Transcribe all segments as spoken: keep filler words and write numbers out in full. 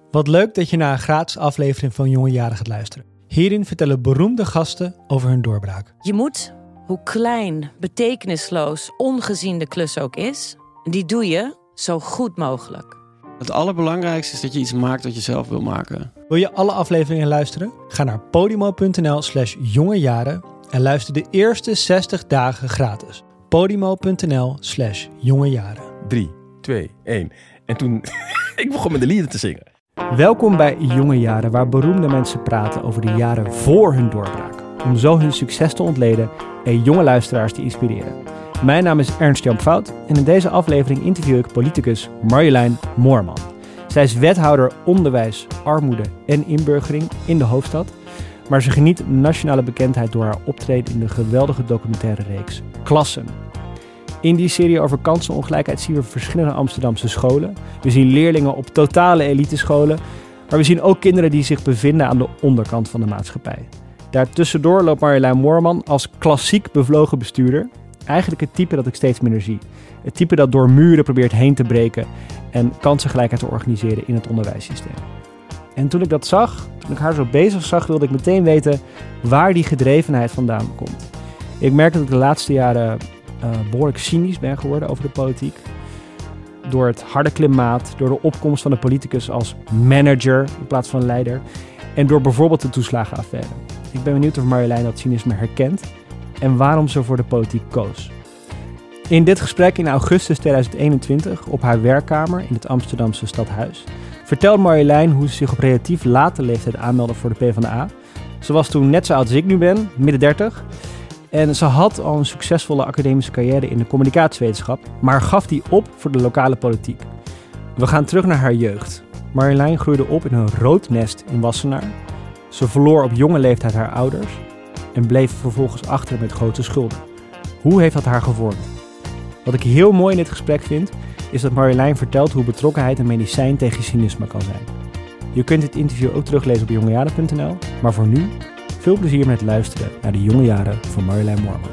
Wat leuk dat je naar een gratis aflevering van Jonge Jaren gaat luisteren. Hierin vertellen beroemde gasten over hun doorbraak. Je moet, hoe klein, betekenisloos, ongezien de klus ook is, die doe je zo goed mogelijk. Het allerbelangrijkste is dat je iets maakt wat je zelf wil maken. Wil je alle afleveringen luisteren? Ga naar podimo.nl slash jongejaren en luister de eerste zestig dagen gratis. podimo.nl slash jongejaren. drie, twee, één. En toen... ik begon met de lieden te zingen. Welkom bij Jonge Jaren, waar beroemde mensen praten over de jaren voor hun doorbraak. Om zo hun succes te ontleden en jonge luisteraars te inspireren. Mijn naam is Ernst-Jan Fout en in deze aflevering interview ik politicus Marjolein Moorman. Zij is wethouder onderwijs, armoede en inburgering in de hoofdstad. Maar ze geniet nationale bekendheid door haar optreden in de geweldige documentaire reeks Klassen. In die serie over kansenongelijkheid zien we verschillende Amsterdamse scholen. We zien leerlingen op totale elitescholen. Maar we zien ook kinderen die zich bevinden aan de onderkant van de maatschappij. Daartussendoor loopt Marjolein Moorman als klassiek bevlogen bestuurder. Eigenlijk het type dat ik steeds minder zie. Het type dat door muren probeert heen te breken en kansengelijkheid te organiseren in het onderwijssysteem. En toen ik dat zag, toen ik haar zo bezig zag, wilde ik meteen weten waar die gedrevenheid vandaan komt. Ik merk dat ik de laatste jaren uh, behoorlijk cynisch ben geworden over de politiek. Door het harde klimaat, door de opkomst van de politicus als manager in plaats van leider. En door bijvoorbeeld de toeslagenaffaire. Ik ben benieuwd of Marjolein dat cynisme herkent en waarom ze voor de politiek koos. In dit gesprek in augustus tweeduizend eenentwintig op haar werkkamer in het Amsterdamse Stadhuis vertelt Marjolein hoe ze zich op relatief late leeftijd aanmeldde voor de PvdA. Ze was toen net zo oud als ik nu ben, midden dertig. En ze had al een succesvolle academische carrière in de communicatiewetenschap, maar gaf die op voor de lokale politiek. We gaan terug naar haar jeugd. Marjolein groeide op in een rood nest in Wassenaar. Ze verloor op jonge leeftijd haar ouders en bleef vervolgens achter met grote schulden. Hoe heeft dat haar gevormd? Wat ik heel mooi in dit gesprek vind, is dat Marjolein vertelt hoe betrokkenheid een medicijn tegen cynisme kan zijn. Je kunt dit interview ook teruglezen op jongejaren punt n l, maar voor nu, veel plezier met het luisteren naar de jonge jaren van Marjolein Moorman.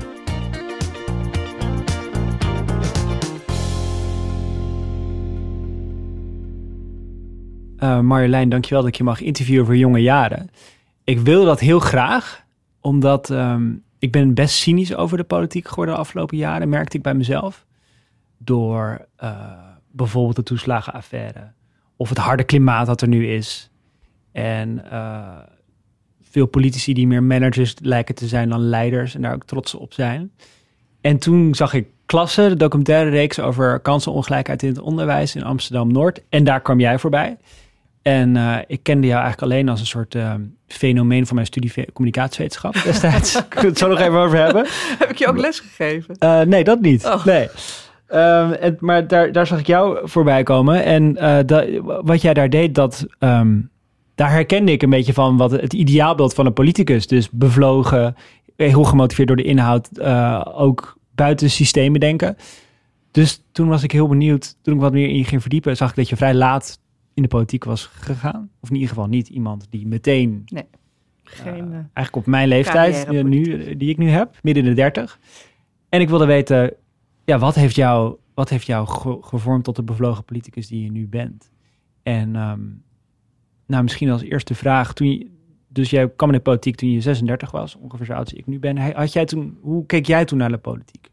Uh, Marjolein, dankjewel dat je mag interviewen voor Jonge Jaren. Ik wil dat heel graag, omdat um, ik ben best cynisch over de politiek geworden de afgelopen jaren, merkte ik bij mezelf. Door uh, bijvoorbeeld de toeslagenaffaire of het harde klimaat dat er nu is. En uh, veel politici die meer managers lijken te zijn dan leiders en daar ook trots op zijn. En toen zag ik Klassen, de documentaire reeks over kansenongelijkheid in het onderwijs in Amsterdam-Noord. En daar kwam jij voorbij. En uh, ik kende jou eigenlijk alleen als een soort uh, fenomeen van mijn studie communicatiewetenschap destijds. Ik wil het zo nog even over hebben. Heb ik je ook les gegeven? Uh, nee, dat niet. Oh. Nee. Um, en, maar daar, daar zag ik jou voorbij komen. En uh, dat, wat jij daar deed, dat, um, daar herkende ik een beetje van wat het ideaalbeeld van een politicus. Dus bevlogen, heel gemotiveerd door de inhoud, uh, ook buiten systemen denken. Dus toen was ik heel benieuwd, toen ik wat meer in je ging verdiepen, zag ik dat je vrij laat in de politiek was gegaan. Of in ieder geval niet iemand die meteen, nee, geen, uh, eigenlijk op mijn leeftijd, uh, nu, die ik nu heb, midden in de dertig. En ik wilde weten, ja, wat heeft jou, wat heeft jou ge- gevormd tot de bevlogen politicus die je nu bent? En um, nou, misschien als eerste vraag, toen je, dus jij kwam in de politiek toen je zesendertig was, ongeveer zo oud als ik nu ben. Had jij toen, hoe keek jij toen naar de politiek?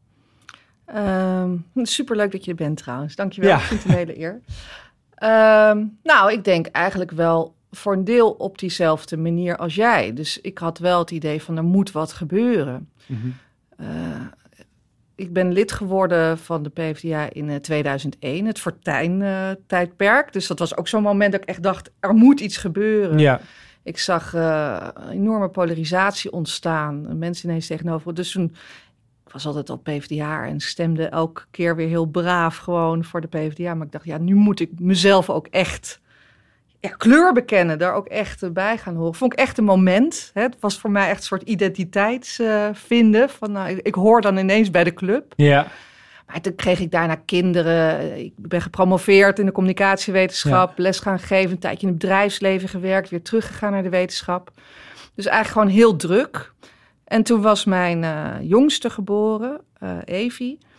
Um, superleuk dat je er bent trouwens. Dankjewel, Ja. ik vind het een hele eer. Um, nou, ik denk eigenlijk wel voor een deel op diezelfde manier als jij. Dus ik had wel het idee van er moet wat gebeuren. Mm-hmm. Uh, ik ben lid geworden van de PvdA in uh, tweeduizend één, het Fortuyn-tijdperk. Uh, dus dat was ook zo'n moment dat ik echt dacht, er moet iets gebeuren. Ja. Ik zag uh, een enorme polarisatie ontstaan. Mensen ineens tegenover. Dus toen, ik was altijd al PvdA en stemde elke keer weer heel braaf gewoon voor de PvdA. Maar ik dacht, ja, nu moet ik mezelf ook echt ja, kleur bekennen. Daar ook echt bij gaan horen. Vond ik echt een moment. Hè? Het was voor mij echt een soort identiteits uh, vinden. Van, nou, ik, ik hoor dan ineens bij de club. Ja. Maar toen kreeg ik daarna kinderen. Ik ben gepromoveerd in de communicatiewetenschap. Ja. Les gaan geven, een tijdje in het bedrijfsleven gewerkt. Weer teruggegaan naar de wetenschap. Dus eigenlijk gewoon heel druk. En toen was mijn uh, jongste geboren, uh, Evie.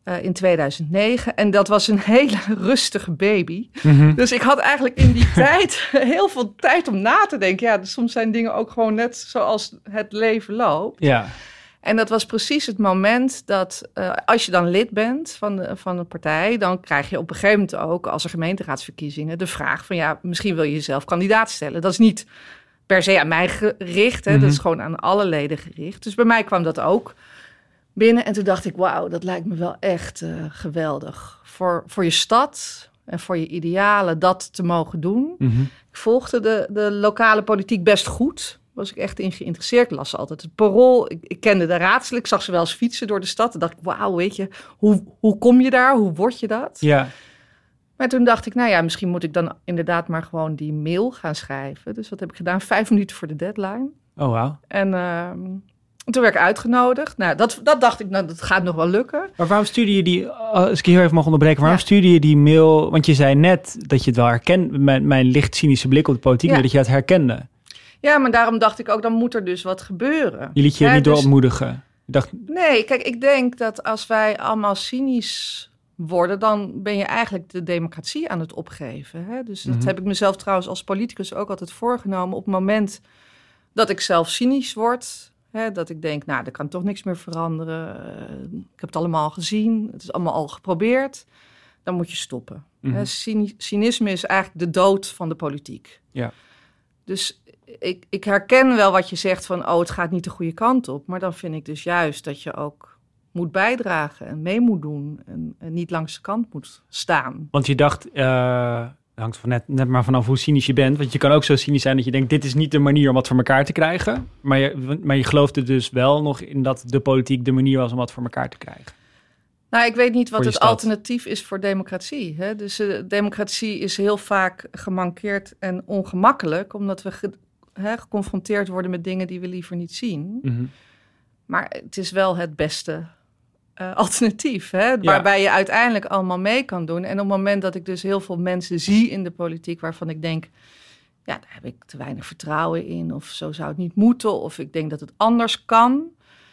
uh, in tweeduizend negen. En dat was een hele rustige baby. Mm-hmm. Dus ik had eigenlijk in die tijd heel veel tijd om na te denken. Ja, dus soms zijn dingen ook gewoon net zoals het leven loopt. Ja. En dat was precies het moment dat, uh, als je dan lid bent van de, van een partij, dan krijg je op een gegeven moment ook, als er gemeenteraadsverkiezingen, de vraag van ja, misschien wil je jezelf kandidaat stellen. Dat is niet per se aan mij gericht, hè? Mm-hmm. Dat is gewoon aan alle leden gericht. Dus bij mij kwam dat ook binnen. En toen dacht ik, wauw, dat lijkt me wel echt uh, geweldig. Voor, voor je stad en voor je idealen dat te mogen doen. Mm-hmm. Ik volgde de, de lokale politiek best goed. Was ik echt in geïnteresseerd. Ik las altijd het Parool. Ik, ik kende de raadselen. Ik zag ze wel eens fietsen door de stad. Toen dacht ik, wauw, weet je, hoe, hoe kom je daar? Hoe word je dat? Ja. Maar toen dacht ik, nou ja, misschien moet ik dan inderdaad maar gewoon die mail gaan schrijven. Dus wat heb ik gedaan? Vijf minuten voor de deadline. Oh, wauw. En uh, toen werd ik uitgenodigd. Nou, dat, dat dacht ik, nou, dat gaat nog wel lukken. Maar waarom stuurde je die, als ik je heel even mag onderbreken, waarom Ja. stuurde je die mail? Want je zei net dat je het wel herkende, mijn, mijn licht cynische blik op de politiek, Ja. dat je het herkende. Ja, maar daarom dacht ik ook, dan moet er dus wat gebeuren. Je liet je er Ja, niet door dus- ontmoedigen. Je dacht, Nee, kijk, ik denk dat als wij allemaal cynisch worden, dan ben je eigenlijk de democratie aan het opgeven. Hè? Dus dat Mhm. heb ik mezelf trouwens als politicus ook altijd voorgenomen. Op het moment dat ik zelf cynisch word, hè, dat ik denk, nou, er kan toch niks meer veranderen. Uh, ik heb het allemaal gezien, het is allemaal al geprobeerd. Dan moet je stoppen. Mhm. Hè, cyni- cynisme is eigenlijk de dood van de politiek. Ja. Dus ik, ik herken wel wat je zegt van, oh, het gaat niet de goede kant op. Maar dan vind ik dus juist dat je ook moet bijdragen en mee moet doen en, en niet langs de kant moet staan. want je dacht, uh, hangt van net, net maar vanaf hoe cynisch je bent. Want je kan ook zo cynisch zijn dat je denkt, dit is niet de manier om wat voor elkaar te krijgen. Maar je, maar je geloofde dus wel nog in dat de politiek de manier was om wat voor elkaar te krijgen. Nou, ik weet niet wat Voor je het stad. alternatief is voor democratie. Hè? Dus uh, democratie is heel vaak gemankeerd en ongemakkelijk, omdat we ge, hè, geconfronteerd worden met dingen die we liever niet zien. Mm-hmm. Maar het is wel het beste uh, alternatief, hè? Waarbij je uiteindelijk allemaal mee kan doen. En op het moment dat ik dus heel veel mensen zie in de politiek waarvan ik denk, ja, daar heb ik te weinig vertrouwen in, of zo zou het niet moeten, of ik denk dat het anders kan.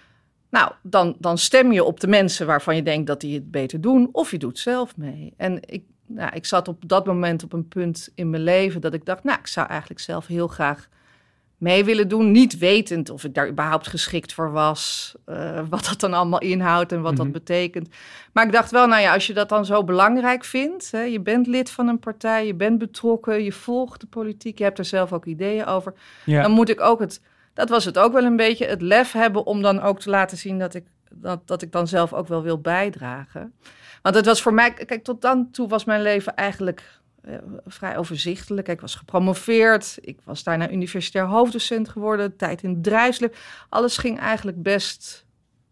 Nou, dan, dan stem je op de mensen waarvan je denkt dat die het beter doen, of je doet zelf mee. En ik, nou, ik zat op dat moment op een punt in mijn leven dat ik dacht, nou, ik zou eigenlijk zelf heel graag mee willen doen, niet wetend of ik daar überhaupt geschikt voor was, uh, wat dat dan allemaal inhoudt en wat Mm-hmm. dat betekent. Maar ik dacht wel, nou ja, als je dat dan zo belangrijk vindt, hè, je bent lid van een partij, je bent betrokken, je volgt de politiek, je hebt er zelf ook ideeën over, Ja. dan moet ik ook het, dat was het ook wel een beetje, het lef hebben om dan ook te laten zien dat ik, dat, dat ik dan zelf ook wel wil bijdragen. Want het was voor mij, kijk, tot dan toe was mijn leven eigenlijk Uh, vrij overzichtelijk. Ik was gepromoveerd. Ik was daarna universitair hoofddocent geworden. Tijd in het bedrijfsleven. Alles ging eigenlijk best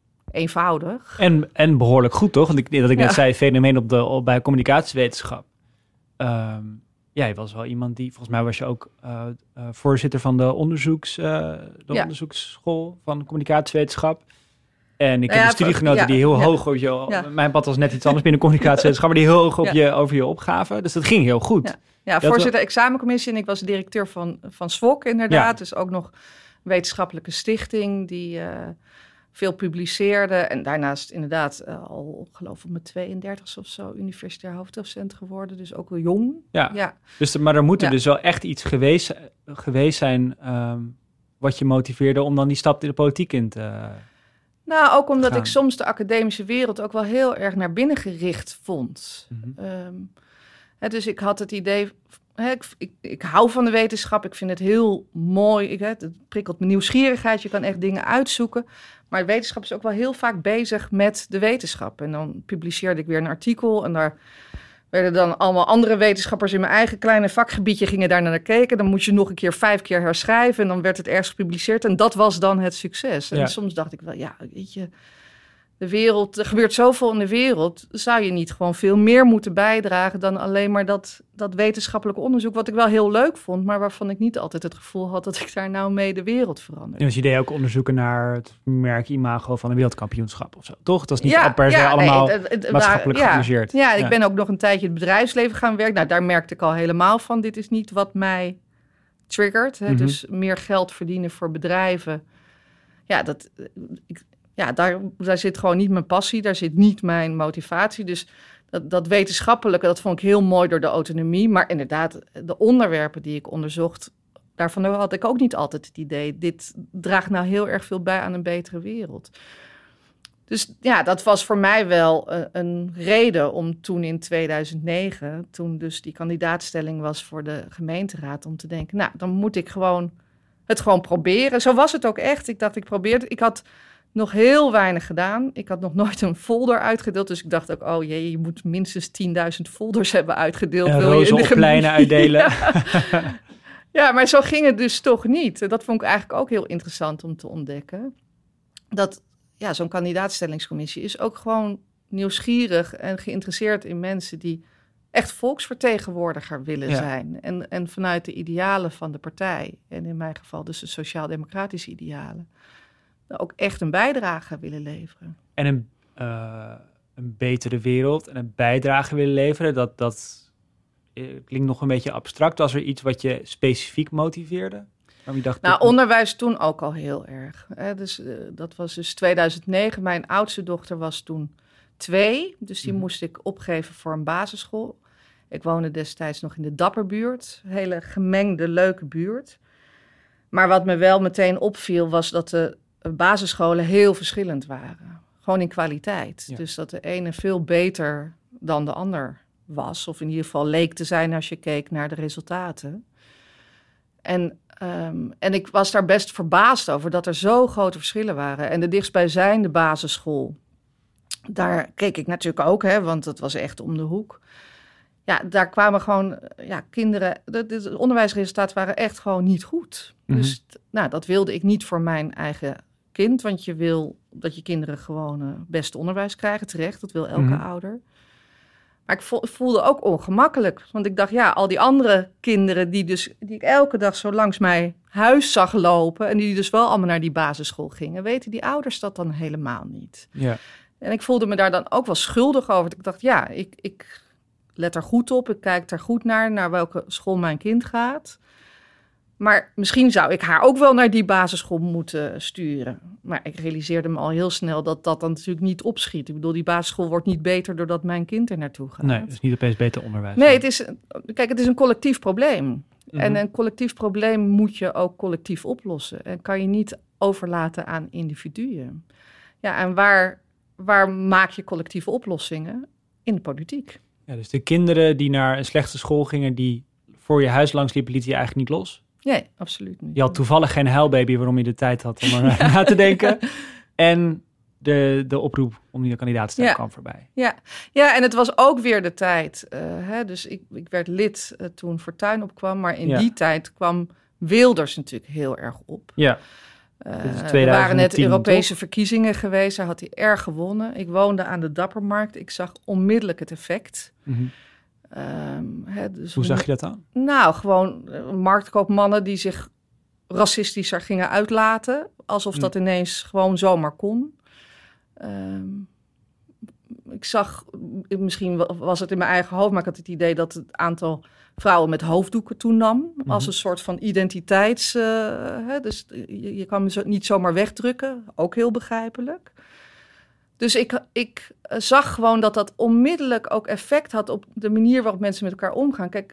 eenvoudig. En, en behoorlijk goed, toch? Want ik, dat ik net Ja. zei, fenomeen op de, op, bij communicatiewetenschap. Um, jij was wel iemand die, volgens mij was je ook uh, uh, voorzitter van de, onderzoeks, uh, de Ja. onderzoeksschool van communicatiewetenschap. En ik Nou heb ja, een studiegenoten ja, die heel ja. hoog op je... Ja. Mijn pad was net iets anders binnen communicatiewetenschap, maar die heel hoog op Ja. je, over je opgaven. Dus dat ging heel goed. Ja. Ja, Dat voorzitter examencommissie en ik was directeur van, van S W O C inderdaad. Ja. Dus ook nog een wetenschappelijke stichting die uh, veel publiceerde. En daarnaast inderdaad uh, al geloof ik op mijn tweeëndertigste of zo universitair hoofddocent geworden. Dus ook wel jong. Ja. Ja. Dus, de- maar er moet er Ja. dus wel echt iets geweest, geweest zijn um, wat je motiveerde om dan die stap in de politiek in te... Nou, ook omdat gaan. ik soms de academische wereld ook wel heel erg naar binnen gericht vond. Mm-hmm. Um, hè, dus ik had het idee, hè, ik, ik, ik hou van de wetenschap, ik vind het heel mooi, ik, hè, het prikkelt mijn nieuwsgierigheid, je kan echt dingen uitzoeken. Maar wetenschap is ook wel heel vaak bezig met de wetenschap. En dan publiceerde ik weer een artikel en daar werden dan allemaal andere wetenschappers in mijn eigen kleine vakgebiedje gingen daar naar kijken. Dan moest je nog een keer vijf keer herschrijven en dan werd het ergens gepubliceerd. En dat was dan het succes. En Ja. soms dacht ik wel, ja, weet je, de wereld, er gebeurt zoveel in de wereld. Zou je niet gewoon veel meer moeten bijdragen dan alleen maar dat, dat wetenschappelijk onderzoek, wat ik wel heel leuk vond, maar waarvan ik niet altijd het gevoel had dat ik daar nou mee de wereld verander. Ja, dus je deed ook onderzoeken naar het merk imago van een wereldkampioenschap of zo, toch? Dat is niet Ja, per se ja, allemaal nee, het- het- maatschappelijk ja, georganiseerd. Ja, ik Ja. ben ook nog een tijdje in het bedrijfsleven gaan werken. Nou, daar merkte ik al helemaal van, dit is niet wat mij triggert. Hè? Mhm. Dus meer geld verdienen voor bedrijven. Ja, dat, ik, ja, daar, daar zit gewoon niet mijn passie, daar zit niet mijn motivatie. Dus dat, dat wetenschappelijke, dat vond ik heel mooi door de autonomie. Maar inderdaad, de onderwerpen die ik onderzocht, daarvan had ik ook niet altijd het idee, dit draagt nou heel erg veel bij aan een betere wereld. Dus ja, dat was voor mij wel een, een reden om toen in tweeduizend negen, toen dus die kandidaatstelling was voor de gemeenteraad, om te denken, nou, dan moet ik gewoon het gewoon proberen. Zo was het ook echt. Ik dacht, ik probeerde. Ik had nog heel weinig gedaan. Ik had nog nooit een folder uitgedeeld. Dus ik dacht ook, oh jee, je moet minstens tienduizend folders hebben uitgedeeld. En wil je in de pleinen uitdelen. Ja. Ja, maar zo ging het dus toch niet. Dat vond ik eigenlijk ook heel interessant om te ontdekken. Dat ja, zo'n kandidaatstellingscommissie is ook gewoon nieuwsgierig en geïnteresseerd in mensen die echt volksvertegenwoordiger willen ja. zijn. En, en vanuit de idealen van de partij, en in mijn geval dus de sociaal-democratische idealen, ook echt een bijdrage willen leveren. En een, uh, een betere wereld en een bijdrage willen leveren, dat, dat klinkt nog een beetje abstract. Was er iets wat je specifiek motiveerde? Je dacht, nou, dat... onderwijs toen ook al heel erg. Hè? Dus, uh, dat was dus tweeduizend negen. Mijn oudste dochter was toen twee. Dus die mm. moest ik opgeven voor een basisschool. Ik woonde destijds nog in de Dapperbuurt. Een hele gemengde, leuke buurt. Maar wat me wel meteen opviel was dat de basisscholen heel verschillend waren. Gewoon in kwaliteit. Ja. Dus dat de ene veel beter dan de ander was. Of in ieder geval leek te zijn als je keek naar de resultaten. En, um, en ik was daar best verbaasd over dat er zo grote verschillen waren. En de dichtstbijzijnde basisschool, daar keek ik natuurlijk ook, hè, want het was echt om de hoek. Ja, daar kwamen gewoon ja, kinderen... De, de onderwijsresultaten waren echt gewoon niet goed. Mm-hmm. Dus nou, dat wilde ik niet voor mijn eigen kind. Want je wil dat je kinderen gewoon uh, best onderwijs krijgen, terecht. Dat wil elke mm-hmm. ouder. Maar ik voelde ook ongemakkelijk. Want ik dacht, ja, al die andere kinderen die, dus, die ik elke dag zo langs mijn huis zag lopen, en die dus wel allemaal naar die basisschool gingen, weten die ouders dat dan helemaal niet. Ja. En ik voelde me daar dan ook wel schuldig over. Ik dacht, ja, ik, ik let er goed op. Ik kijk er goed naar, naar welke school mijn kind gaat. Maar misschien zou ik haar ook wel naar die basisschool moeten sturen. Maar ik realiseerde me al heel snel dat dat dan natuurlijk niet opschiet. Ik bedoel, die basisschool wordt niet beter doordat mijn kind er naartoe gaat. Nee, het is niet opeens beter onderwijs. Nee, het is, kijk, het is een collectief probleem. Mm-hmm. En een collectief probleem moet je ook collectief oplossen. En kan je niet overlaten aan individuen. Ja, en waar, waar maak je collectieve oplossingen? In de politiek. Ja, dus de kinderen die naar een slechte school gingen, die voor je huis langs liepen, liet je eigenlijk niet los? Nee, absoluut niet. Je had toevallig geen huilbaby waarom je de tijd had om er na te denken. En de, de oproep om die kandidaatstelling ja. kwam voorbij. Ja. ja, en het was ook weer de tijd. Uh, hè, dus ik, ik werd lid uh, toen Fortuyn opkwam. Maar in ja. die tijd kwam Wilders natuurlijk heel erg op. Ja. Uh, er waren net Europese toch? verkiezingen geweest. Daar had hij erg gewonnen. Ik woonde aan de Dappermarkt. Ik zag onmiddellijk het effect. Mm-hmm. Um, hè, dus Hoe zag je dat dan? Nou, gewoon uh, marktkoopmannen die zich racistischer gingen uitlaten. Alsof mm. dat ineens gewoon zomaar kon. Um, ik zag, misschien was het in mijn eigen hoofd, maar ik had het idee dat het aantal vrouwen met hoofddoeken toenam. Mm-hmm. Als een soort van identiteits... Uh, hè, dus je, je kan me zo, niet zomaar wegdrukken. Ook heel begrijpelijk. Dus ik, ik zag gewoon dat dat onmiddellijk ook effect had op de manier waarop mensen met elkaar omgaan. Kijk,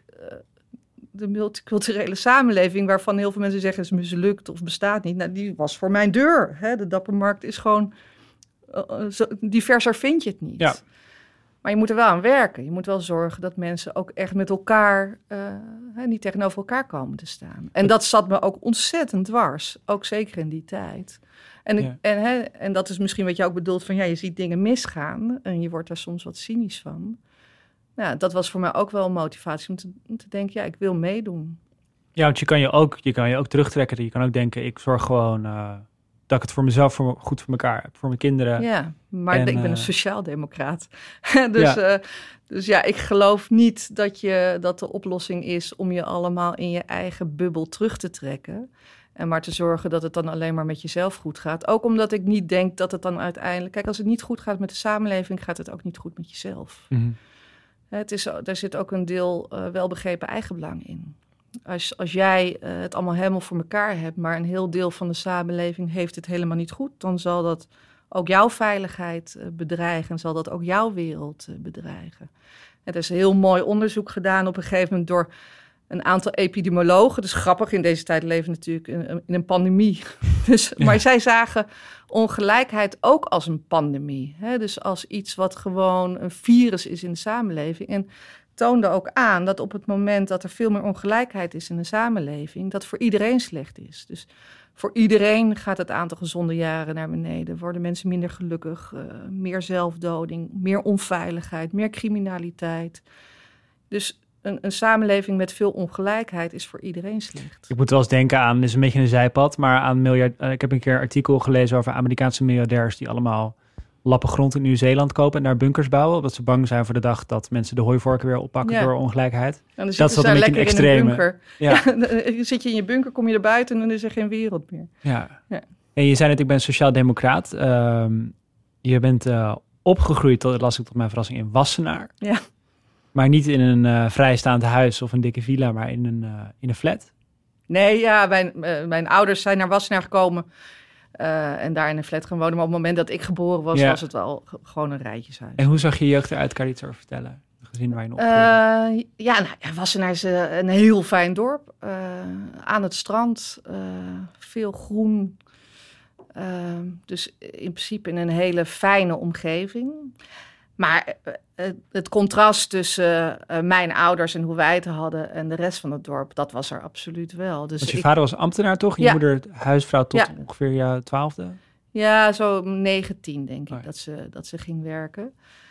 de multiculturele samenleving, waarvan heel veel mensen zeggen is mislukt of bestaat niet, nou, die was voor mijn deur. Hè? De Dappermarkt is gewoon, uh, zo, diverser vind je het niet. Ja. Maar je moet er wel aan werken. Je moet wel zorgen dat mensen ook echt met elkaar, uh, hè, niet tegenover elkaar komen te staan. En dat zat me ook ontzettend dwars, ook zeker in die tijd. En, ja. en, hè, en dat is misschien wat je ook bedoelt van, ja, je ziet dingen misgaan en je wordt daar soms wat cynisch van. Ja, dat was voor mij ook wel een motivatie om te, om te denken, ja, ik wil meedoen. Ja, want je kan je ook, je kan je ook terugtrekken. Je kan ook denken, ik zorg gewoon uh, dat ik het voor mezelf voor, goed voor elkaar heb, voor mijn kinderen. Ja, maar en, ik ben uh, een sociaaldemocraat. dus, ja. Uh, dus ja, ik geloof niet dat, je, dat de oplossing is om je allemaal in je eigen bubbel terug te trekken. En maar te zorgen dat het dan alleen maar met jezelf goed gaat. Ook omdat ik niet denk dat het dan uiteindelijk... Kijk, als het niet goed gaat met de samenleving, gaat het ook niet goed met jezelf. Mm-hmm. Het is, daar zit ook een deel uh, welbegrepen eigenbelang in. Als, als jij uh, het allemaal helemaal voor elkaar hebt, maar een heel deel van de samenleving heeft het helemaal niet goed, dan zal dat ook jouw veiligheid uh, bedreigen en zal dat ook jouw wereld uh, bedreigen. En er is een heel mooi onderzoek gedaan op een gegeven moment door een aantal epidemiologen. Dus grappig, in deze tijd leven we natuurlijk in, in een pandemie. Dus, ja. Maar zij zagen ongelijkheid ook als een pandemie. Hè? Dus als iets wat gewoon een virus is in de samenleving. En toonde ook aan dat op het moment dat er veel meer ongelijkheid is in de samenleving, dat voor iedereen slecht is. Dus voor iedereen gaat het aantal gezonde jaren naar beneden. Worden mensen minder gelukkig, uh, meer zelfdoding, meer onveiligheid, meer criminaliteit. Dus een, een samenleving met veel ongelijkheid is voor iedereen slecht. Ik moet wel eens denken aan, dit is een beetje een zijpad, maar aan miljard. Uh, ik heb een keer een artikel gelezen over Amerikaanse miljardairs die allemaal lappen grond in Nieuw-Zeeland kopen en daar bunkers bouwen, omdat ze bang zijn voor de dag dat mensen de hooivorken weer oppakken ja. door ongelijkheid. En dan dat is wat een beetje een extreme. Ja. Ja, zit je in je bunker, kom je er buiten en dan is er geen wereld meer. Ja. ja. En je zei net, ik ben sociaal-democraat. Uh, je bent uh, opgegroeid, dat las ik tot mijn verrassing, in Wassenaar. Ja. Maar niet in een uh, vrijstaand huis of een dikke villa, maar in een, uh, in een flat. Nee, ja, mijn, uh, mijn ouders zijn naar Wassenaar gekomen. Uh, en daar in een flat gaan wonen. Maar op het moment dat ik geboren was, ja. was het wel g- gewoon een rijtjeshuis. En hoe zag je jeugd eruit? Kan je iets over vertellen? De gezin waar je nog opgroeide? Uh, ja, nou, ja, Wassenaar is uh, een heel fijn dorp. Uh, aan het strand. Uh, veel groen. Uh, dus in principe in een hele fijne omgeving. Maar uh, het contrast tussen uh, mijn ouders en hoe wij het hadden en de rest van het dorp, dat was er absoluut wel. Dus Want je ik, vader was ambtenaar toch? Je ja. moeder huisvrouw tot ja. ongeveer je twaalfde? Ja, zo negentien denk ik oh ja. dat, ze, dat ze ging werken.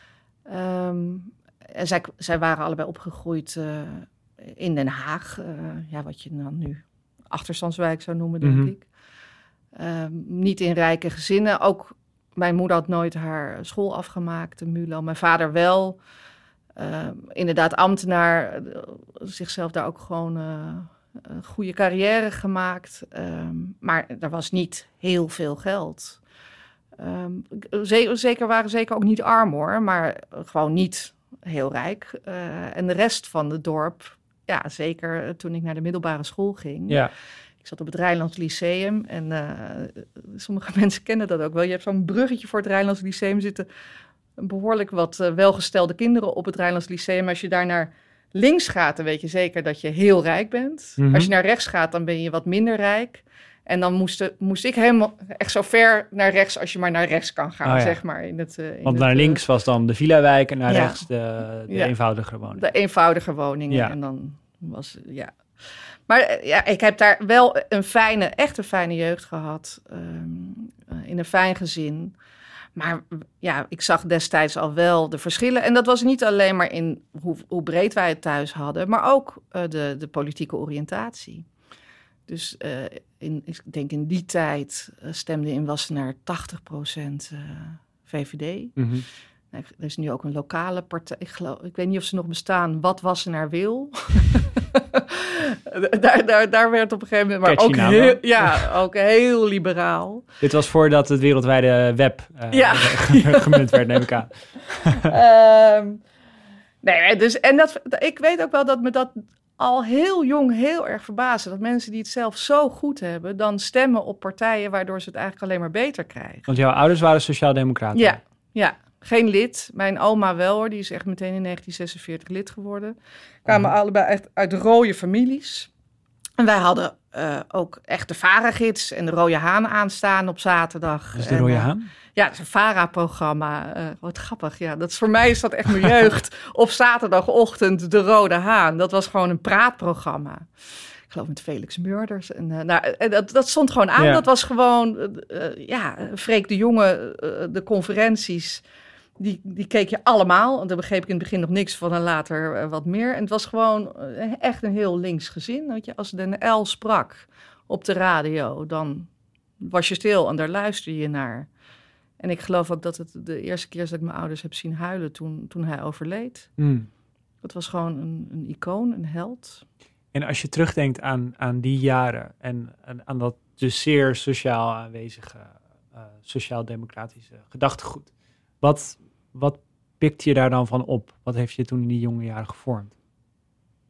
Um, en zij, zij waren allebei opgegroeid uh, in Den Haag. Uh, ja, wat je dan nu achterstandswijk zou noemen, denk mm-hmm. ik. Um, niet in rijke gezinnen. Ook mijn moeder had nooit haar school afgemaakt, de MULO. Mijn vader wel. Uh, inderdaad ambtenaar. Uh, zichzelf daar ook gewoon uh, een goede carrière gemaakt. Um, maar er was niet heel veel geld. Um, ze- zeker waren zeker ook niet arm hoor. Maar gewoon niet heel rijk. Uh, en de rest van het dorp, ja zeker toen ik naar de middelbare school ging. Ja. Ik zat op het Rijnlands Lyceum en uh, sommige mensen kennen dat ook wel. Je hebt zo'n bruggetje voor het Rijnlands Lyceum zitten. Behoorlijk wat uh, welgestelde kinderen op het Rijnlands Lyceum. Als je daar naar links gaat, dan weet je zeker dat je heel rijk bent. Mm-hmm. Als je naar rechts gaat, dan ben je wat minder rijk. En dan moest, moest ik helemaal echt zo ver naar rechts als je maar naar rechts kan gaan, oh ja. zeg maar. In het, uh, in Want het, naar links was dan de villa-wijk en naar ja. rechts de, de ja. eenvoudige woning. De eenvoudige woningen. Ja. En dan was, ja... Maar ja, ik heb daar wel een fijne, echt een fijne jeugd gehad. Um, in een fijn gezin. Maar ja, ik zag destijds al wel de verschillen. En dat was niet alleen maar in hoe, hoe breed wij het thuis hadden, maar ook uh, de, de politieke oriëntatie. Dus uh, in, ik denk in die tijd uh, stemde in Wassenaar tachtig procent uh, V V D. Mm-hmm. Er is nu ook een lokale partij, ik, geloof, ik weet niet of ze nog bestaan, Wat Wassenaar Wil. daar, daar, daar werd op een gegeven moment, maar ook heel, ja, ook heel liberaal. Dit was voordat het wereldwijde web uh, ja. gemunt werd, neem ik aan. um, nee, dus, en dat, ik weet ook wel dat me dat al heel jong heel erg verbaasde. Dat mensen die het zelf zo goed hebben, dan stemmen op partijen waardoor ze het eigenlijk alleen maar beter krijgen. Want jouw ouders waren sociaal-democraten? Ja, ja. Geen lid. Mijn oma wel hoor. Die is echt meteen in negentien zesenveertig lid geworden. Kwamen mm. allebei echt uit rode families. En wij hadden uh, ook echt de VARA-gids en de Rode Haan aanstaan op zaterdag. Dat is de en, Rode uh, Haan? Ja, dat is een VARA-programma. Uh, wat grappig. Ja, dat is, voor mij is dat echt mijn jeugd. Op zaterdagochtend de Rode Haan. Dat was gewoon een praatprogramma. Ik geloof met Felix Murders. En, uh, nou, en dat, dat stond gewoon aan. Ja. Dat was gewoon, uh, ja, Freek de Jonge, uh, de conferenties. Die, die keek je allemaal. En daar begreep ik in het begin nog niks van en later uh, wat meer. En het was gewoon uh, echt een heel links gezin. Weet je? Als Den L sprak op de radio, dan was je stil en daar luisterde je naar. En ik geloof ook dat het de eerste keer is dat ik mijn ouders heb zien huilen toen, toen hij overleed. Mm. Het was gewoon een, een icoon, een held. En als je terugdenkt aan, aan die jaren en, en aan dat dus zeer sociaal aanwezige, uh, sociaal-democratische gedachtegoed. Wat, wat pikt je daar dan van op? Wat heeft je toen in die jonge jaren gevormd?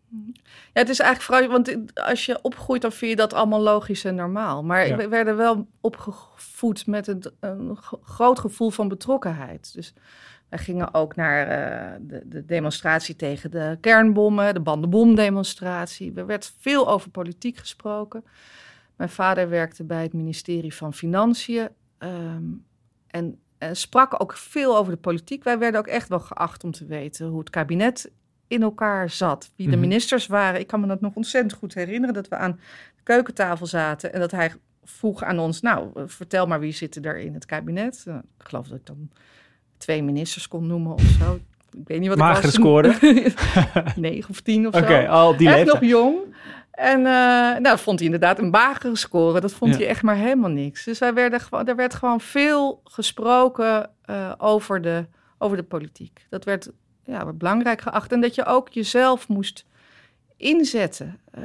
Ja, het is eigenlijk vooral, want als je opgroeit, dan vind je dat allemaal logisch en normaal. Maar Ja. we werden wel opgevoed met een, een groot gevoel van betrokkenheid. Dus wij gingen ook naar uh, de, de demonstratie tegen de kernbommen, de bandenbomdemonstratie. Er werd veel over politiek gesproken. Mijn vader werkte bij het ministerie van Financiën um, en, en sprak ook veel over de politiek. Wij werden ook echt wel geacht om te weten hoe het kabinet in elkaar zat, wie de Mm-hmm. ministers waren. Ik kan me dat nog ontzettend goed herinneren, dat we aan de keukentafel zaten en dat hij vroeg aan ons, nou, vertel maar wie zitten er in het kabinet. Uh, ik geloof dat ik dan twee ministers kon noemen of zo. Ik weet niet wat Magere ik was. score. Negen of tien of Oké, okay, zo. al die echt leeftijd. nog jong. En uh, nou, vond hij inderdaad een magere score. Dat vond Ja. hij echt maar helemaal niks. Dus wij werden gewoon, er werd gewoon veel gesproken uh, over, de, over de politiek. Dat werd, ja, werd belangrijk geacht. En dat je ook jezelf moest inzetten. Uh,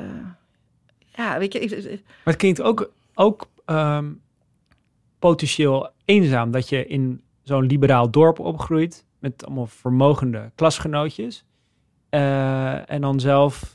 ja, weet je... Ik, Maar het klinkt ook, ook um, potentieel eenzaam dat je in zo'n liberaal dorp opgroeit met allemaal vermogende klasgenootjes. Uh, en dan zelf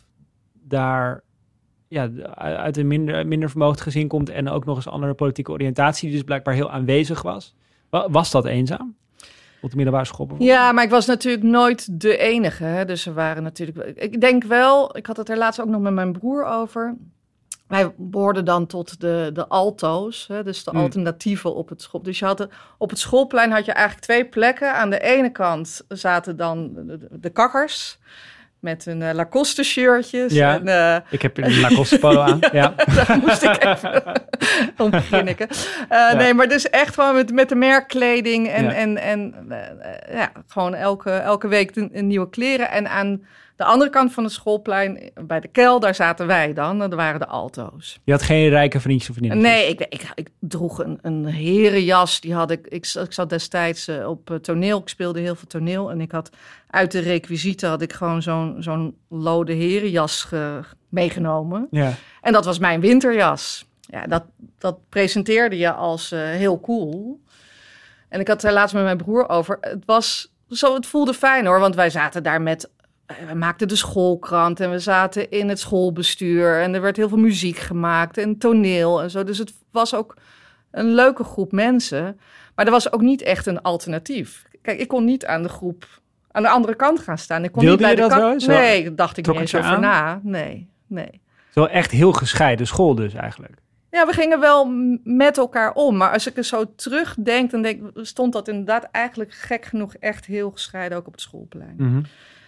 daar ja, uit een minder, minder vermogend gezin komt en ook nog eens andere politieke oriëntatie die dus blijkbaar heel aanwezig was. Was dat eenzaam? Op de middelbare school bijvoorbeeld? Ja, maar ik was natuurlijk nooit de enige. Hè? Dus er waren natuurlijk... Ik denk wel, ik had het er laatst ook nog met mijn broer over. Wij behoorden dan tot de, de alto's, hè? Dus de mm. alternatieven op het school. Dus je had de, op het schoolplein had je eigenlijk twee plekken. Aan de ene kant zaten dan de, de kakkers met hun uh, Lacoste shirtjes. Ja, en, uh, ik heb een Lacoste polo aan. Ja. Daar moest ik even om grinniken. Uh, ja. Nee, maar dus echt gewoon met, met de merkkleding en, ja. en, en uh, ja, gewoon elke, elke week een, een nieuwe kleren. En aan de andere kant van het schoolplein, bij de Kel, daar zaten wij dan. Dat waren de alto's. Je had geen rijke vriendjes of vriendinnen? Nee, ik, ik, ik droeg een, een herenjas. Die had ik, ik, ik zat destijds uh, op uh, toneel. Ik speelde heel veel toneel. En ik had uit de requisieten had ik gewoon zo'n, zo'n lode herenjas ge, meegenomen. Ja. En dat was mijn winterjas. Ja, dat, dat presenteerde je als uh, heel cool. En ik had het er laatst met mijn broer over. Het was zo, het voelde fijn hoor, want wij zaten daar met... We maakten de schoolkrant en we zaten in het schoolbestuur. En er werd heel veel muziek gemaakt en toneel en zo. Dus het was ook een leuke groep mensen. Maar er was ook niet echt een alternatief. Kijk, ik kon niet aan de groep aan de andere kant gaan staan. Ik kon Wilde niet bij je de dat kant... zo? Nee, daar dacht ik Trok niet eens het je over aan? na. Nee, nee. Zo echt heel gescheiden school dus eigenlijk. Ja, we gingen wel met elkaar om. Maar als ik er zo terugdenk, dan denk, stond dat inderdaad eigenlijk gek genoeg echt heel gescheiden ook op het schoolplein. Mm-hmm.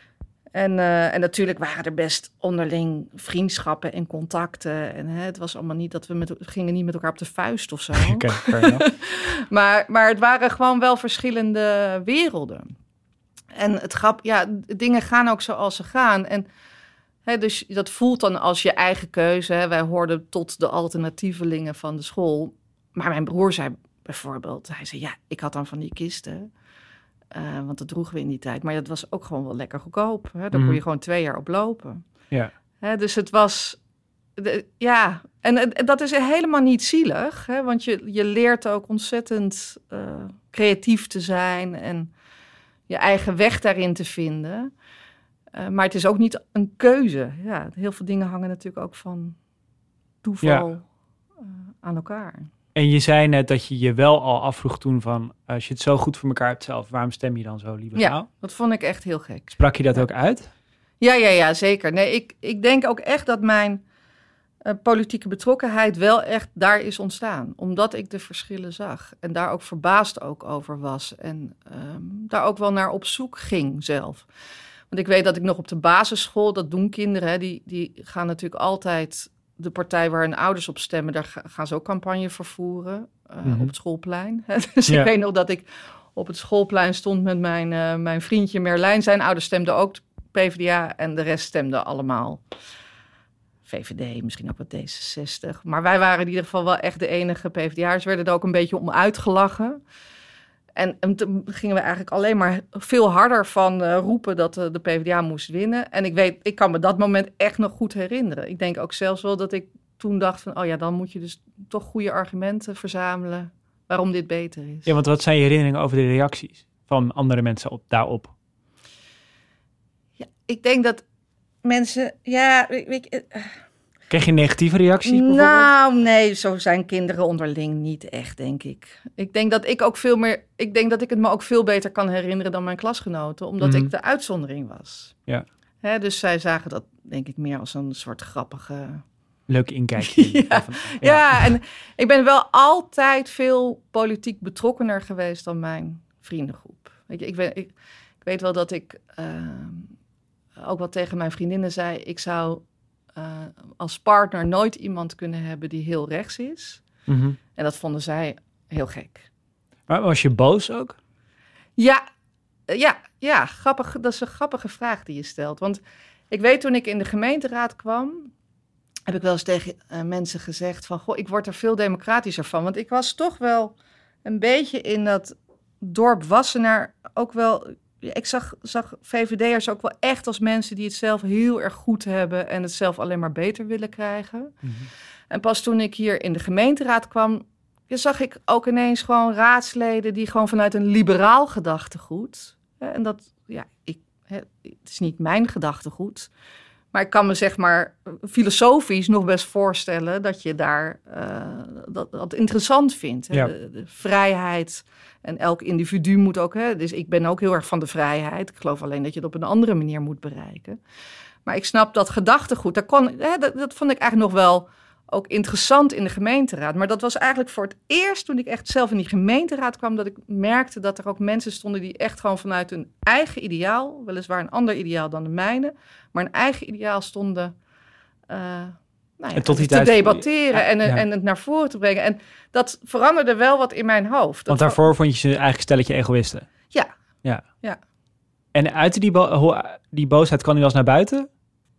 En, uh, en natuurlijk waren er best onderling vriendschappen en contacten. En hè, het was allemaal niet dat we met, gingen niet met elkaar op de vuist of zo. Okay, maar, maar het waren gewoon wel verschillende werelden. En het grap, ja, dingen gaan ook zoals ze gaan. En hè, dus dat voelt dan als je eigen keuze. Hè. Wij hoorden tot de alternatievelingen van de school. Maar mijn broer zei bijvoorbeeld, hij zei, ja, ik had dan van die kisten. Uh, want dat droegen we in die tijd. Maar dat was ook gewoon wel lekker goedkoop. Hè? Daar mm. kon je gewoon twee jaar op lopen. Ja. Hè, dus het was... De, ja, en, en dat is helemaal niet zielig. Hè? Want je, je leert ook ontzettend uh, creatief te zijn... en je eigen weg daarin te vinden. Uh, maar het is ook niet een keuze. Ja, heel veel dingen hangen natuurlijk ook van toeval ja. uh, aan elkaar. En je zei net dat je je wel al afvroeg toen van... als je het zo goed voor elkaar hebt zelf, waarom stem je dan zo liberaal? Ja, dat vond ik echt heel gek. Sprak je dat ja. ook uit? Ja, ja, ja, zeker. Nee, ik, ik denk ook echt dat mijn uh, politieke betrokkenheid wel echt daar is ontstaan. Omdat ik de verschillen zag. En daar ook verbaasd ook over was. En um, daar ook wel naar op zoek ging zelf. Want ik weet dat ik nog op de basisschool, dat doen kinderen, hè, die, die gaan natuurlijk altijd... de partij waar hun ouders op stemmen, daar gaan ze ook campagne voor voeren uh, mm-hmm. op het schoolplein. Dus ja. ik weet nog dat ik op het schoolplein stond met mijn, uh, mijn vriendje Merlijn. Zijn ouders stemden ook P v d A en de rest stemde allemaal V V D, misschien ook wat D zesenzestig. Maar wij waren in ieder geval wel echt de enige P v d A'ers. Werden er ook een beetje om uitgelachen. En, en toen gingen we eigenlijk alleen maar veel harder van uh, roepen dat uh, de P v d A moest winnen. En ik weet, ik kan me dat moment echt nog goed herinneren. Ik denk ook zelfs wel dat ik toen dacht van... oh ja, dan moet je dus toch goede argumenten verzamelen waarom dit beter is. Ja, want wat zijn je herinneringen over de reacties van andere mensen op, daarop? Ja, ik denk dat mensen, ja, weet je, uh, Kreeg je negatieve reacties bijvoorbeeld? Nou, nee, zo zijn kinderen onderling niet echt, denk ik. Ik denk dat ik ook veel meer, ik denk dat ik het me ook veel beter kan herinneren dan mijn klasgenoten, omdat Mm-hmm. ik de uitzondering was. Ja. Hè, dus zij zagen dat, denk ik, meer als een soort grappige. Leuk inkijkje. Ja. Ja. Ja, en ik ben wel altijd veel politiek betrokkener geweest dan mijn vriendengroep. Weet je, ik, ben, ik, ik weet wel dat ik uh, ook wat tegen mijn vriendinnen zei. Ik zou uh, als partner nooit iemand kunnen hebben die heel rechts is. Mm-hmm. En dat vonden zij heel gek. Maar was je boos ook? Ja, ja, ja, grappig. Dat is een grappige vraag die je stelt. Want ik weet toen ik in de gemeenteraad kwam, heb ik wel eens tegen uh, mensen gezegd van, goh, ik word er veel democratischer van. Want ik was toch wel een beetje in dat dorp Wassenaar ook wel. Ik zag, zag V V D'ers ook wel echt als mensen die het zelf heel erg goed hebben en het zelf alleen maar beter willen krijgen. Mm-hmm. En pas toen ik hier in de gemeenteraad kwam, ja, zag ik ook ineens gewoon raadsleden die gewoon vanuit een liberaal gedachtegoed. Hè, en dat, ja, ik, hè, het is niet mijn gedachtegoed. Maar ik kan me zeg maar filosofisch nog best voorstellen dat je daar uh, dat, dat interessant vindt. Hè? Ja. De, de vrijheid en elk individu moet ook. Hè? Dus ik ben ook heel erg van de vrijheid. Ik geloof alleen dat je het op een andere manier moet bereiken. Maar ik snap dat gedachtegoed. Dat, kon, hè, dat, dat vond ik eigenlijk nog wel ook interessant in de gemeenteraad. Maar dat was eigenlijk voor het eerst toen ik echt zelf in die gemeenteraad kwam, dat ik merkte dat er ook mensen stonden die echt gewoon vanuit hun eigen ideaal, weliswaar een ander ideaal dan de mijne, maar een eigen ideaal stonden uh, nou ja, en tot die te tijd debatteren ja, en, ja. en het naar voren te brengen. En dat veranderde wel wat in mijn hoofd. Dat Want daarvoor vond je ze eigenlijk stelletje egoïsten. Ja. Ja. ja. En uit die, bo- die boosheid kwam die wel eens naar buiten?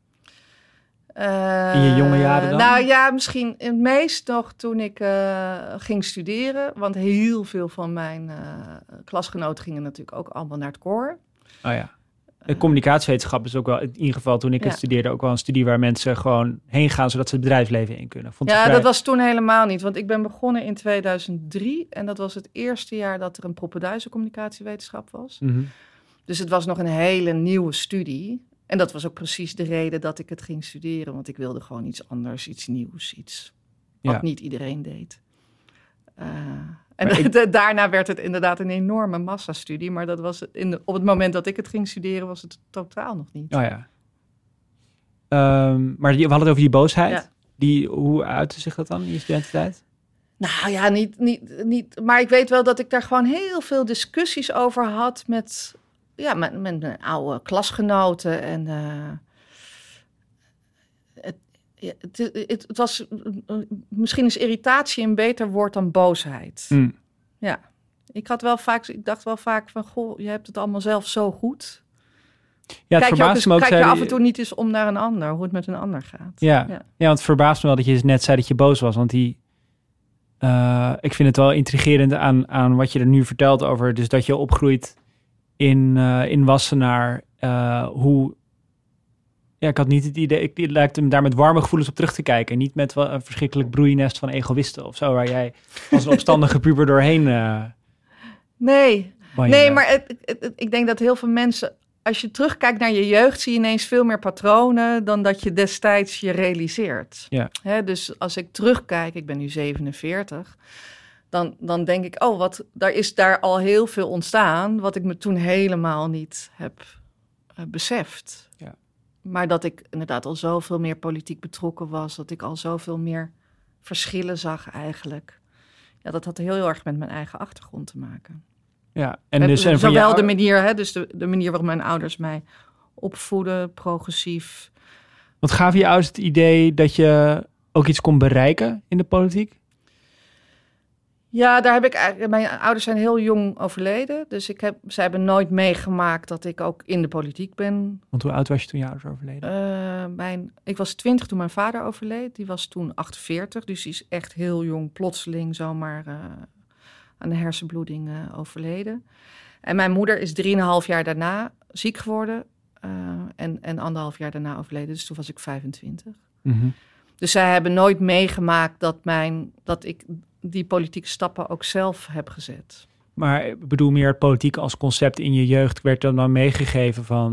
Uh, in je jonge jaren dan? Nou ja, misschien het meest nog toen ik uh, ging studeren. Want heel veel van mijn uh, klasgenoten gingen natuurlijk ook allemaal naar het koor. Oh ja. De communicatiewetenschap is ook wel, in ieder geval toen ik ja. het studeerde, ook wel een studie waar mensen gewoon heen gaan zodat ze het bedrijfsleven in kunnen. Vond ja, vrij... dat was toen helemaal niet. Want ik ben begonnen in tweeduizend drie en dat was het eerste jaar dat er een propeduize communicatiewetenschap was. Mm-hmm. Dus het was nog een hele nieuwe studie. En dat was ook precies de reden dat ik het ging studeren. Want ik wilde gewoon iets anders, iets nieuws, iets wat ja. niet iedereen deed. Uh, en ik... de, daarna werd het inderdaad een enorme massastudie. Maar dat was het in de, op het moment dat ik het ging studeren was het totaal nog niet. Oh ja. Um, maar die, we hadden het over die boosheid. Ja. Die, hoe uitte zich dat dan in je studententijd? Nou ja, niet, niet, niet. Maar ik weet wel dat ik daar gewoon heel veel discussies over had met... Ja, met, met mijn oude klasgenoten. En uh, het, het, het, het was... Misschien is irritatie een beter woord dan boosheid. Mm. Ja. Ik had wel vaak... Ik dacht wel vaak van... Goh, je hebt het allemaal zelf zo goed. Ja, het kijk je, ook eens, me ook kijk zei, je af en toe niet eens om naar een ander. Hoe het met een ander gaat. Ja, ja. ja want het verbaast me wel dat je net zei dat je boos was. Want die... Uh, ik vind het wel intrigerend aan, aan wat je er nu vertelt over... Dus dat je opgroeit... In, uh, in Wassenaar, uh, hoe... Ja, ik had niet het idee... Ik, het lijkt hem daar met warme gevoelens op terug te kijken. Niet met wel een verschrikkelijk broeienest van egoïsten of zo... waar jij als een opstandige puber doorheen... Uh, nee, nee maar het, het, het, ik denk dat heel veel mensen... Als je terugkijkt naar je jeugd... zie je ineens veel meer patronen... dan dat je destijds je realiseert. Ja. Hè, dus als ik terugkijk... Ik ben nu zevenenveertig... Dan, dan denk ik, oh, wat, daar is daar al heel veel ontstaan... wat ik me toen helemaal niet heb uh, beseft. Ja. Maar dat ik inderdaad al zoveel meer politiek betrokken was... dat ik al zoveel meer verschillen zag eigenlijk. Ja, dat had heel, heel erg met mijn eigen achtergrond te maken. Ja, en dus... En Zowel jou... de manier, hè, dus de, de manier waarop mijn ouders mij opvoeden, progressief. Want gaven je ouders het idee dat je ook iets kon bereiken in de politiek? Ja, daar heb ik eigenlijk... Mijn ouders zijn heel jong overleden. Dus ik heb, zij hebben nooit meegemaakt dat ik ook in de politiek ben. Want hoe oud was je toen je ouders overleden? Uh, mijn, ik was twintig toen mijn vader overleed. Die was toen achtenveertig. Dus die is echt heel jong, plotseling zomaar uh, aan de hersenbloeding uh, overleden. En mijn moeder is drieënhalf jaar daarna ziek geworden. Uh, en, en anderhalf jaar daarna overleden. Dus toen was ik vijfentwintig. Mm-hmm. Dus zij hebben nooit meegemaakt dat, mijn, dat ik... die politieke stappen ook zelf heb gezet. Maar ik bedoel meer het politiek als concept in je jeugd... werd dan dan meegegeven van...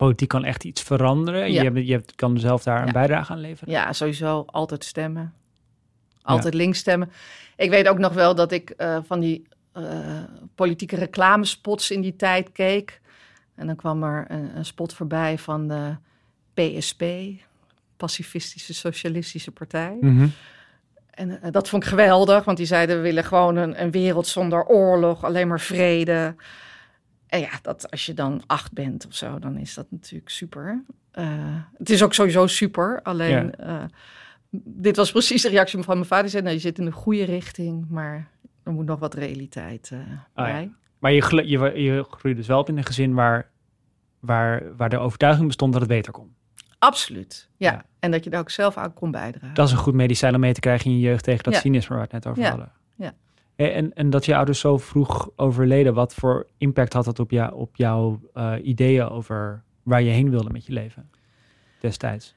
politiek kan echt iets veranderen. En Ja. je, hebt, je hebt, kan zelf daar Ja. een bijdrage aan leveren. Ja, sowieso altijd stemmen. Altijd links stemmen. Ik weet ook nog wel dat ik uh, van die uh, politieke reclamespots in die tijd keek. En dan kwam er een, een spot voorbij van de P S P, Pacifistische Socialistische Partij. Mm-hmm. En uh, dat vond ik geweldig, want die zeiden we willen gewoon een, een wereld zonder oorlog, alleen maar vrede. En ja, dat, als je dan acht bent of zo, dan is dat natuurlijk super. Uh, het is ook sowieso super, alleen... Ja. Uh, dit was precies de reactie van mijn vader. Die zei, nou, je zit in de goede richting, maar er moet nog wat realiteit uh, bij. Oh ja. Maar je, je, je groeide dus wel op in een gezin waar, waar, waar de overtuiging bestond dat het beter kon. Absoluut, ja. ja. En dat je daar ook zelf aan kon bijdragen. Dat is een goed medicijn om mee te krijgen in je jeugd tegen dat ja. cynisme waar we het net over ja. hadden. Ja. En, en dat je ouders zo vroeg overleden, wat voor impact had dat op, jou, op jouw uh, ideeën over waar je heen wilde met je leven destijds?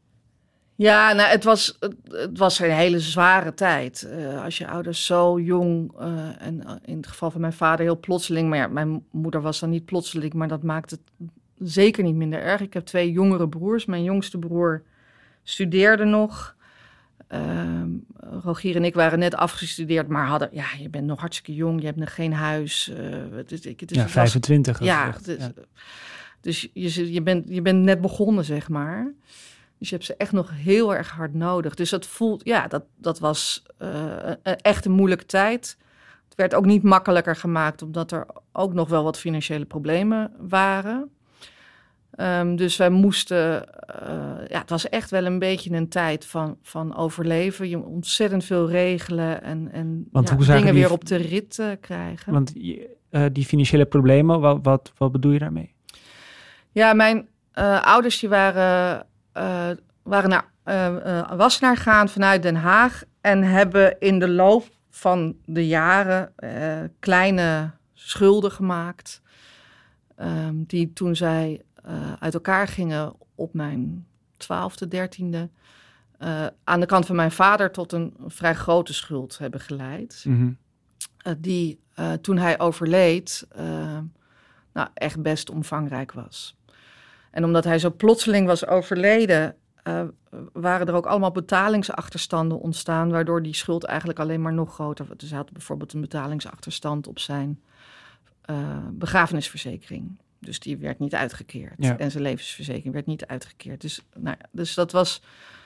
Ja, nou, het was, het was een hele zware tijd. Uh, als je ouders zo jong, uh, en in het geval van mijn vader heel plotseling, maar ja, mijn moeder was dan niet plotseling, maar dat maakt het zeker niet minder erg. Ik heb twee jongere broers. Mijn jongste broer studeerde nog. Uh, Rogier en ik waren net afgestudeerd, maar hadden, ja, je bent nog hartstikke jong, je hebt nog geen huis. Uh, dus, dus ja, het vijfentwintig. Was, ja, dus, ja, dus je, je, bent, je bent net begonnen, zeg maar. Dus je hebt ze echt nog heel erg hard nodig. Dus dat voelt, ja, dat, dat was uh, een, echt een moeilijke tijd. Het werd ook niet makkelijker gemaakt, omdat er ook nog wel wat financiële problemen waren. Um, dus wij moesten, uh, ja, het was echt wel een beetje een tijd van, van overleven. Je moet ontzettend veel regelen en, en want ja, hoe dingen die, weer op de rit uh, krijgen. Want uh, die financiële problemen, wat, wat, wat bedoel je daarmee? Ja, mijn uh, ouders die waren... Uh, waren naar uh, uh, Wassenaar gegaan vanuit Den Haag en hebben in de loop van de jaren uh, kleine schulden gemaakt. Um, die toen zij uh, uit elkaar gingen op mijn twaalfde, dertiende... Uh, aan de kant van mijn vader tot een vrij grote schuld hebben geleid. Mm-hmm. Uh, die uh, toen hij overleed uh, nou, echt best omvangrijk was. En omdat hij zo plotseling was overleden, uh, waren er ook allemaal betalingsachterstanden ontstaan, waardoor die schuld eigenlijk alleen maar nog groter was. Dus hij had bijvoorbeeld een betalingsachterstand op zijn uh, begrafenisverzekering. Dus die werd niet uitgekeerd. Ja. En zijn levensverzekering werd niet uitgekeerd. Dus, nou ja, dus dat was,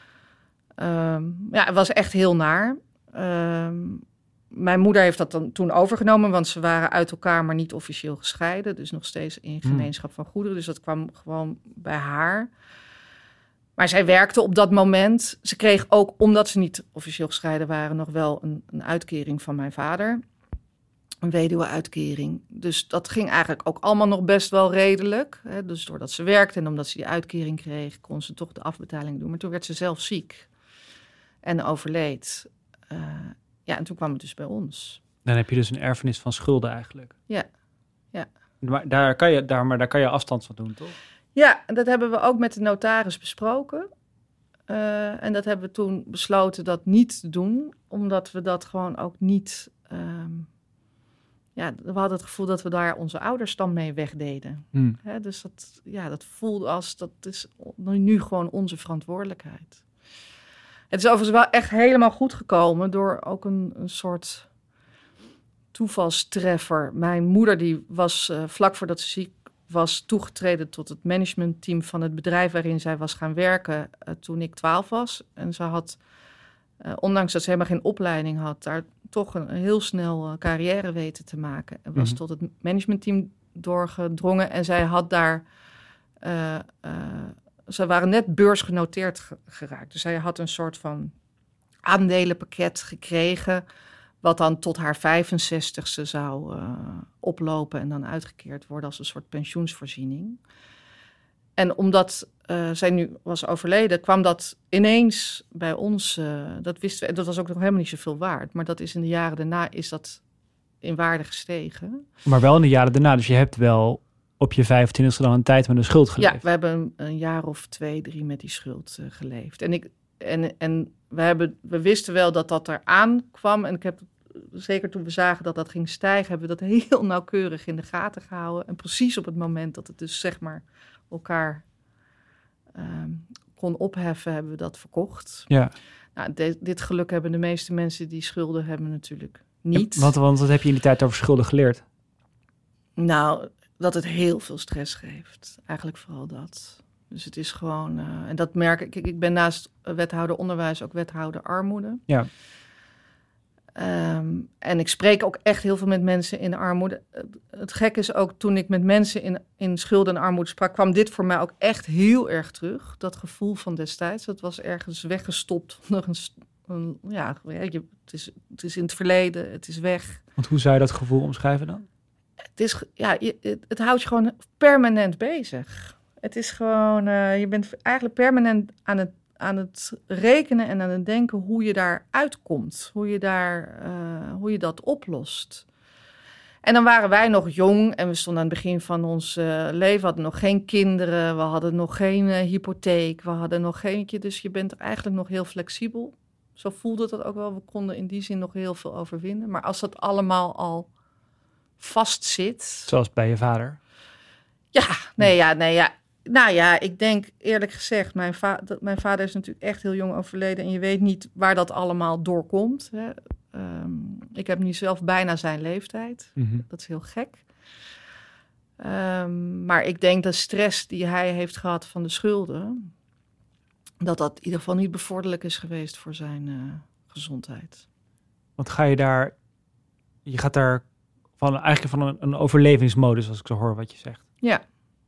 um, ja, het was echt heel naar. Um, Mijn moeder heeft dat dan toen overgenomen, want ze waren uit elkaar, maar niet officieel gescheiden. Dus nog steeds in gemeenschap van goederen. Dus dat kwam gewoon bij haar. Maar zij werkte op dat moment. Ze kreeg ook, omdat ze niet officieel gescheiden waren, nog wel een, een uitkering van mijn vader. Een weduwe-uitkering. Dus dat ging eigenlijk ook allemaal nog best wel redelijk. Hè? Dus doordat ze werkte en omdat ze die uitkering kreeg, kon ze toch de afbetaling doen. Maar toen werd ze zelf ziek en overleed. Uh, Ja, en toen kwam het dus bij ons. Dan heb je dus een erfenis van schulden eigenlijk. Ja, ja. Maar daar kan je, daar, maar daar kan je afstand van doen, toch? Ja, en dat hebben we ook met de notaris besproken. Uh, en dat hebben we toen besloten dat niet te doen. Omdat we dat gewoon ook niet... Um, ja, we hadden het gevoel dat we daar onze ouders dan mee wegdeden. Hmm. Hè, dus dat, ja, dat voelde als... Dat is nu gewoon onze verantwoordelijkheid. Het is overigens wel echt helemaal goed gekomen door ook een, een soort toevalstreffer. Mijn moeder die was uh, vlak voordat ze ziek was toegetreden tot het managementteam van het bedrijf waarin zij was gaan werken uh, toen ik twaalf was. En ze had, uh, ondanks dat ze helemaal geen opleiding had, daar toch een, een heel snel uh, carrière weten te maken. En was mm-hmm. tot het managementteam doorgedrongen en zij had daar... Uh, uh, Ze waren net beursgenoteerd ge- geraakt. Dus zij had een soort van aandelenpakket gekregen, wat dan tot haar vijfenzestigste zou uh, oplopen en dan uitgekeerd worden als een soort pensioensvoorziening. En omdat uh, zij nu was overleden, kwam dat ineens bij ons. Uh, dat wisten we, dat was ook nog helemaal niet zoveel waard. Maar dat is in de jaren daarna is dat in waarde gestegen. Maar wel in de jaren daarna. Dus je hebt wel op je vijfentwintigste dan een tijd met een schuld geleefd. Ja, we hebben een, een jaar of twee, drie met die schuld uh, geleefd. En, ik, en, en we, hebben, we wisten wel dat dat eraan kwam. En ik heb zeker toen we zagen dat dat ging stijgen, hebben we dat heel nauwkeurig in de gaten gehouden. En precies op het moment dat het dus zeg maar elkaar um, kon opheffen, hebben we dat verkocht. Ja. Nou, de, dit geluk hebben de meeste mensen die schulden hebben natuurlijk niet. Want, want wat heb je in die tijd over schulden geleerd? Nou, dat het heel veel stress geeft. Eigenlijk vooral dat. Dus het is gewoon... Uh, en dat merk ik. Ik ben naast wethouder onderwijs ook wethouder armoede. Ja. Um, en ik spreek ook echt heel veel met mensen in armoede. Het, het gek is ook, toen ik met mensen in, in schulden en armoede sprak, kwam dit voor mij ook echt heel erg terug. Dat gevoel van destijds, dat was ergens weggestopt. Nog een, een, ja, je, het, is, het is in het verleden, het is weg. Want hoe zou je dat gevoel omschrijven dan? Het, is, ja, je, het, het houdt je gewoon permanent bezig. Het is gewoon, uh, je bent eigenlijk permanent aan het aan het rekenen en aan het denken hoe je daar uitkomt. Hoe je, daar, uh, hoe je dat oplost. En dan waren wij nog jong en we stonden aan het begin van ons uh, leven. We hadden nog geen kinderen, we hadden nog geen uh, hypotheek. We hadden nog geen... Dus je bent eigenlijk nog heel flexibel. Zo voelde dat ook wel. We konden in die zin nog heel veel overwinnen. Maar als dat allemaal al vastzit... Zoals bij je vader? Ja, nee, ja, nee, ja. Nou ja, ik denk eerlijk gezegd, mijn, va- dat, mijn vader is natuurlijk echt heel jong overleden. En je weet niet waar dat allemaal doorkomt. Hè. Um, ik heb nu zelf bijna zijn leeftijd. Mm-hmm. Dat is heel gek. Um, maar ik denk de stress die hij heeft gehad van de schulden, dat dat in ieder geval niet bevorderlijk is geweest voor zijn uh, gezondheid. Want ga je daar, je gaat daar van eigenlijk van een, een overlevingsmodus, als ik zo hoor wat je zegt. Ja.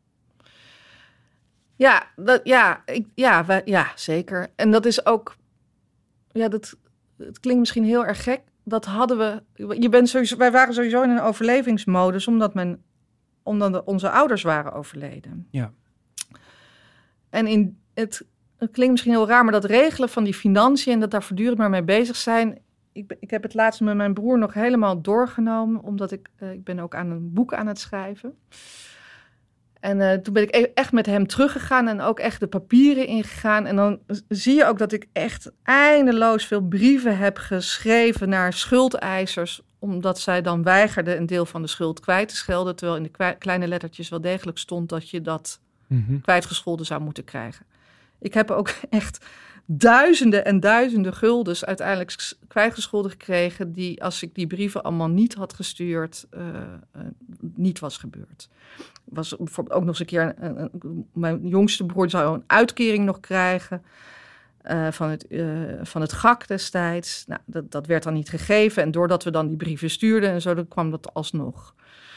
Ja, dat, ja, ik, ja, wij, ja, zeker. En dat is ook, ja, dat, het klinkt misschien heel erg gek. Dat hadden we, je bent sowieso, wij waren sowieso in een overlevingsmodus, omdat, men, omdat de, onze ouders waren overleden. Ja. En in het, het klinkt misschien heel raar, maar dat regelen van die financiën en dat daar voortdurend maar mee bezig zijn. Ik, ik heb het laatst met mijn broer nog helemaal doorgenomen, omdat ik, uh, ik ben ook aan een boek aan het schrijven. En uh, toen ben ik e- echt met hem teruggegaan en ook echt de papieren ingegaan. En dan zie je ook dat ik echt eindeloos veel brieven heb geschreven naar schuldeisers, omdat zij dan weigerden een deel van de schuld kwijt te schelden, terwijl in de kwa- kleine lettertjes wel degelijk stond dat je dat mm-hmm. kwijtgescholden zou moeten krijgen. Ik heb ook echt duizenden en duizenden guldens uiteindelijk kwijtgescholden gekregen, die als ik die brieven allemaal niet had gestuurd, uh, uh, niet was gebeurd. Was bijvoorbeeld ook nog eens een keer, een, een, mijn jongste broer zou een uitkering nog krijgen uh, van, het, uh, van het G A C destijds. Nou, dat, dat werd dan niet gegeven en doordat we dan die brieven stuurden en zo, dan kwam dat alsnog.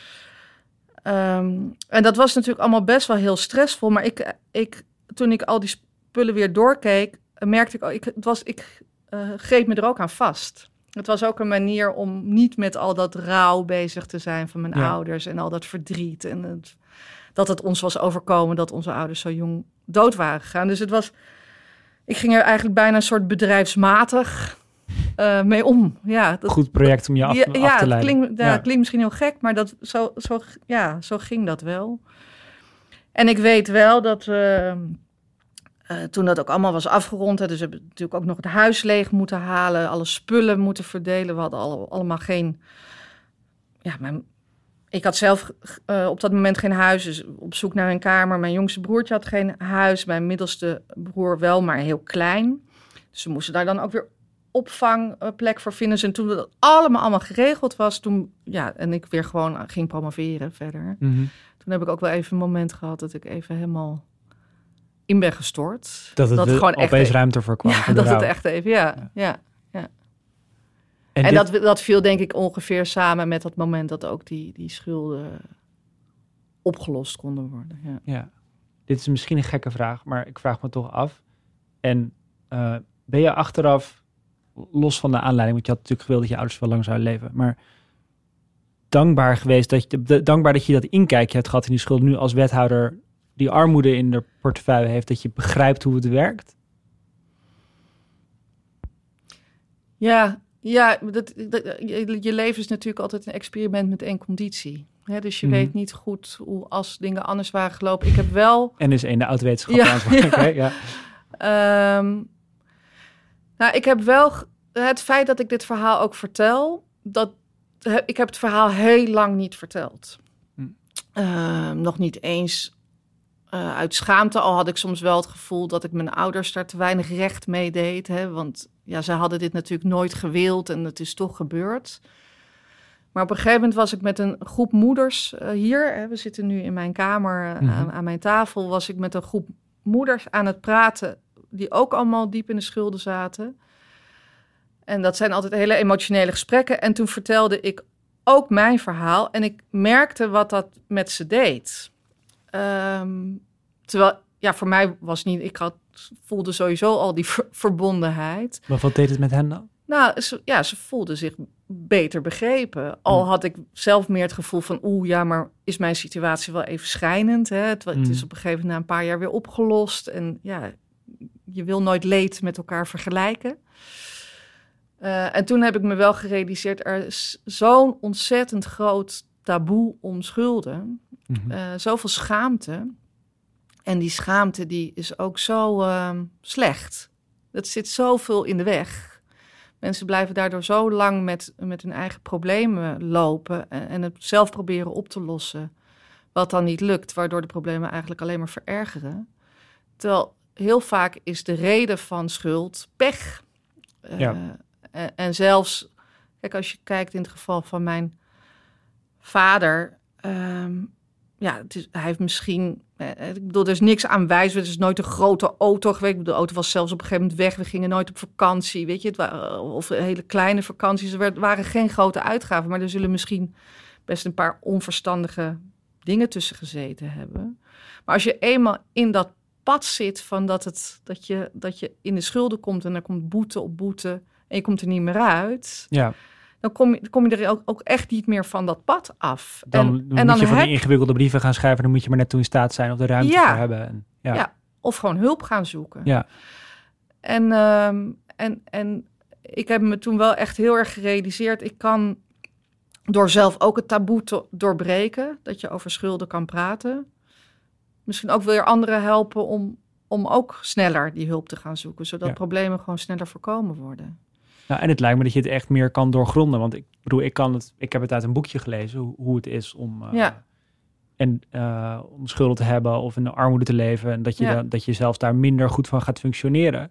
Um, en dat was natuurlijk allemaal best wel heel stressvol, maar ik, ik, toen ik al die spullen weer doorkeek, merkte ik, oh, ik, het was, ik uh, greep me er ook aan vast. Het was ook een manier om niet met al dat rouw bezig te zijn van mijn ja. ouders en al dat verdriet. En het, dat het ons was overkomen dat onze ouders zo jong dood waren gegaan. Dus het was, ik ging er eigenlijk bijna een soort bedrijfsmatig uh, mee om. Ja, dat, goed project om je af, ja, af te ja, leiden. Het klinkt, ja, ja, het klinkt misschien heel gek, maar dat, zo, zo, ja, zo ging dat wel. En ik weet wel dat Uh, Uh, toen dat ook allemaal was afgerond, hè, dus we hebben natuurlijk ook nog het huis leeg moeten halen, alle spullen moeten verdelen. We hadden alle, allemaal geen... Ja, mijn, ik had zelf uh, op dat moment geen huis, dus op zoek naar een kamer. Mijn jongste broertje had geen huis, mijn middelste broer wel, maar heel klein. Dus we moesten daar dan ook weer opvangplek voor vinden. Dus en toen dat allemaal, allemaal geregeld was, toen, ja, en ik weer gewoon ging promoveren verder. Mm-hmm. Toen heb ik ook wel even een moment gehad dat ik even helemaal in ben gestort. Dat het dat de, gewoon opeens echt ruimte voor kwam. Ja, voor dat rouw. het echt even, ja. ja. ja, ja. En, en dit... dat, dat viel denk ik ongeveer samen met dat moment dat ook die, die schulden opgelost konden worden. Ja. ja, dit is misschien een gekke vraag, maar ik vraag me toch af. En uh, ben je achteraf, los van de aanleiding, want je had natuurlijk gewild dat je ouders wel lang zouden leven, maar dankbaar geweest, dat je, de, dankbaar dat je dat inkijkje hebt gehad in die schulden nu als wethouder die armoede in de portefeuille heeft, dat je begrijpt hoe het werkt? Ja, ja dat, dat, je, je leven is natuurlijk altijd een experiment met één conditie. Hè? Dus je mm. weet niet goed hoe als dingen anders waren gelopen. Ik heb wel... En is één de oud-wetenschap ja, aanspraak. Ja. ja. Um, nou, ik heb wel... Het feit dat ik dit verhaal ook vertel, dat ik heb het verhaal heel lang niet verteld. Mm. Uh, nog niet eens Uh, uit schaamte al had ik soms wel het gevoel dat ik mijn ouders daar te weinig recht mee deed. Hè? Want ja, zij hadden dit natuurlijk nooit gewild en het is toch gebeurd. Maar op een gegeven moment was ik met een groep moeders uh, hier. Hè? We zitten nu in mijn kamer uh, mm-hmm. aan, aan mijn tafel. Was ik met een groep moeders aan het praten die ook allemaal diep in de schulden zaten. En dat zijn altijd hele emotionele gesprekken. En toen vertelde ik ook mijn verhaal en ik merkte wat dat met ze deed. Um, terwijl, ja, voor mij was niet... Ik had, voelde sowieso al die ver- verbondenheid. Maar wat deed het met hen dan? Nou, ze, ja, ze voelden zich beter begrepen. Al mm. had ik zelf meer het gevoel van... Oeh, ja, maar is mijn situatie wel even schijnend? Hè? Het, het is op een gegeven moment na een paar jaar weer opgelost. En ja, je wil nooit leed met elkaar vergelijken. Uh, en toen heb ik me wel gerealiseerd... er is zo'n ontzettend groot taboe om schulden... Mm-hmm. Uh, zoveel schaamte. En die schaamte die is ook zo uh, slecht. Dat zit zoveel in de weg. Mensen blijven daardoor zo lang met, met hun eigen problemen lopen... En, en het zelf proberen op te lossen. Wat dan niet lukt, waardoor de problemen eigenlijk alleen maar verergeren. Terwijl heel vaak is de reden van schuld pech. Uh, ja. en, en zelfs, kijk, als je kijkt in het geval van mijn vader... Um, Ja, het is, hij heeft misschien... Eh, ik bedoel, er is niks aan wijs. Het is nooit een grote auto geweest. De auto was zelfs op een gegeven moment weg. We gingen nooit op vakantie, weet je. Het waren, of hele kleine vakanties. Er waren geen grote uitgaven. Maar er zullen misschien best een paar onverstandige dingen tussen gezeten hebben. Maar als je eenmaal in dat pad zit van dat, het, dat, je, dat je in de schulden komt... en er komt boete op boete en je komt er niet meer uit... Ja. Dan kom je, kom je er ook, ook echt niet meer van dat pad af. Dan, en, dan en moet dan je van heb... die ingewikkelde brieven gaan schrijven... dan moet je maar net toe in staat zijn of de ruimte ja. voor hebben. En, ja. ja, of gewoon hulp gaan zoeken. Ja. En, um, en, en ik heb me toen wel echt heel erg gerealiseerd... ik kan door zelf ook het taboe te doorbreken... dat je over schulden kan praten... misschien ook weer anderen helpen om, om ook sneller die hulp te gaan zoeken... zodat ja. problemen gewoon sneller voorkomen worden. Nou, en het lijkt me dat je het echt meer kan doorgronden. Want ik bedoel, ik, kan het, ik heb het uit een boekje gelezen... hoe, hoe het is om, uh, ja. en, uh, om schulden te hebben of in de armoede te leven... en dat je, ja. da, dat je zelfs daar minder goed van gaat functioneren.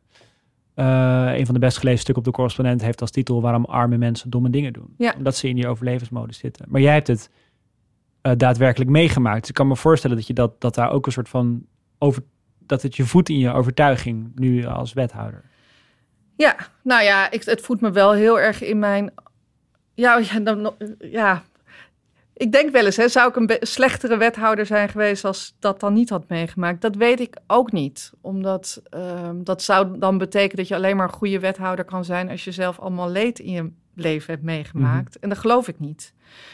Uh, een van de best gelezen stukken op de Correspondent... heeft als titel waarom arme mensen domme dingen doen. Ja. Omdat ze in die overlevensmodus zitten. Maar jij hebt het uh, daadwerkelijk meegemaakt. Dus ik kan me voorstellen dat je dat, dat daar ook een soort van... Over, dat het je voedt in je overtuiging nu als wethouder. Ja, nou ja, ik, het voedt me wel heel erg in mijn... Ja, ja, dan, ja. Ik denk wel eens, hè, zou ik een be- slechtere wethouder zijn geweest... als dat dan niet had meegemaakt? Dat weet ik ook niet. Omdat um, dat zou dan betekenen dat je alleen maar een goede wethouder kan zijn... als je zelf allemaal leed in je leven hebt meegemaakt. Mm-hmm. En dat geloof ik niet.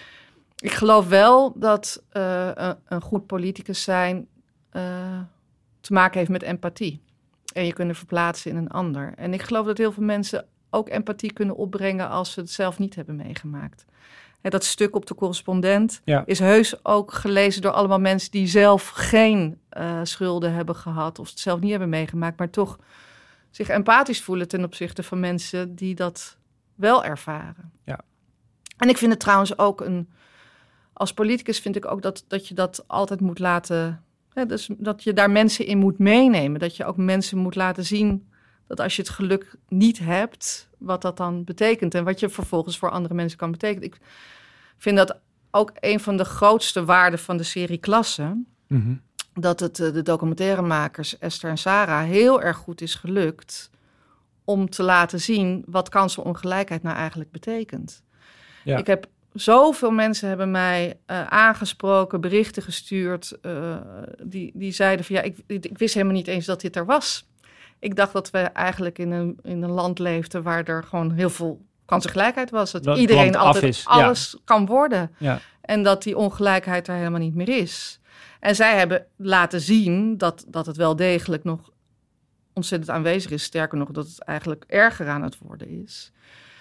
Ik geloof wel dat uh, een, een goed politicus zijn... Uh, te maken heeft met empathie. En je kunnen verplaatsen in een ander. En ik geloof dat heel veel mensen ook empathie kunnen opbrengen... als ze het zelf niet hebben meegemaakt. Hè, dat stuk op de Correspondent ja. is heus ook gelezen door allemaal mensen... die zelf geen uh, schulden hebben gehad... of het zelf niet hebben meegemaakt... maar toch zich empathisch voelen ten opzichte van mensen... die dat wel ervaren. Ja. En ik vind het trouwens ook een... Als politicus vind ik ook dat, dat je dat altijd moet laten... Ja, dus dat je daar mensen in moet meenemen. Dat je ook mensen moet laten zien dat als je het geluk niet hebt... wat dat dan betekent en wat je vervolgens voor andere mensen kan betekenen. Ik vind dat ook een van de grootste waarden van de serie Klasse... Mm-hmm. Dat het de documentairemakers Esther en Sarah heel erg goed is gelukt... om te laten zien wat kansenongelijkheid nou eigenlijk betekent. Ja. Ik heb... Zoveel mensen hebben mij uh, aangesproken, berichten gestuurd... Uh, die, die zeiden van ja, ik, ik wist helemaal niet eens dat dit er was. Ik dacht dat we eigenlijk in een, in een land leefden... waar er gewoon heel veel kansengelijkheid was. Dat, dat iedereen altijd is. alles ja. kan worden. Ja. En dat die ongelijkheid er helemaal niet meer is. En zij hebben laten zien dat, dat het wel degelijk nog ontzettend aanwezig is. Sterker nog, dat het eigenlijk erger aan het worden is.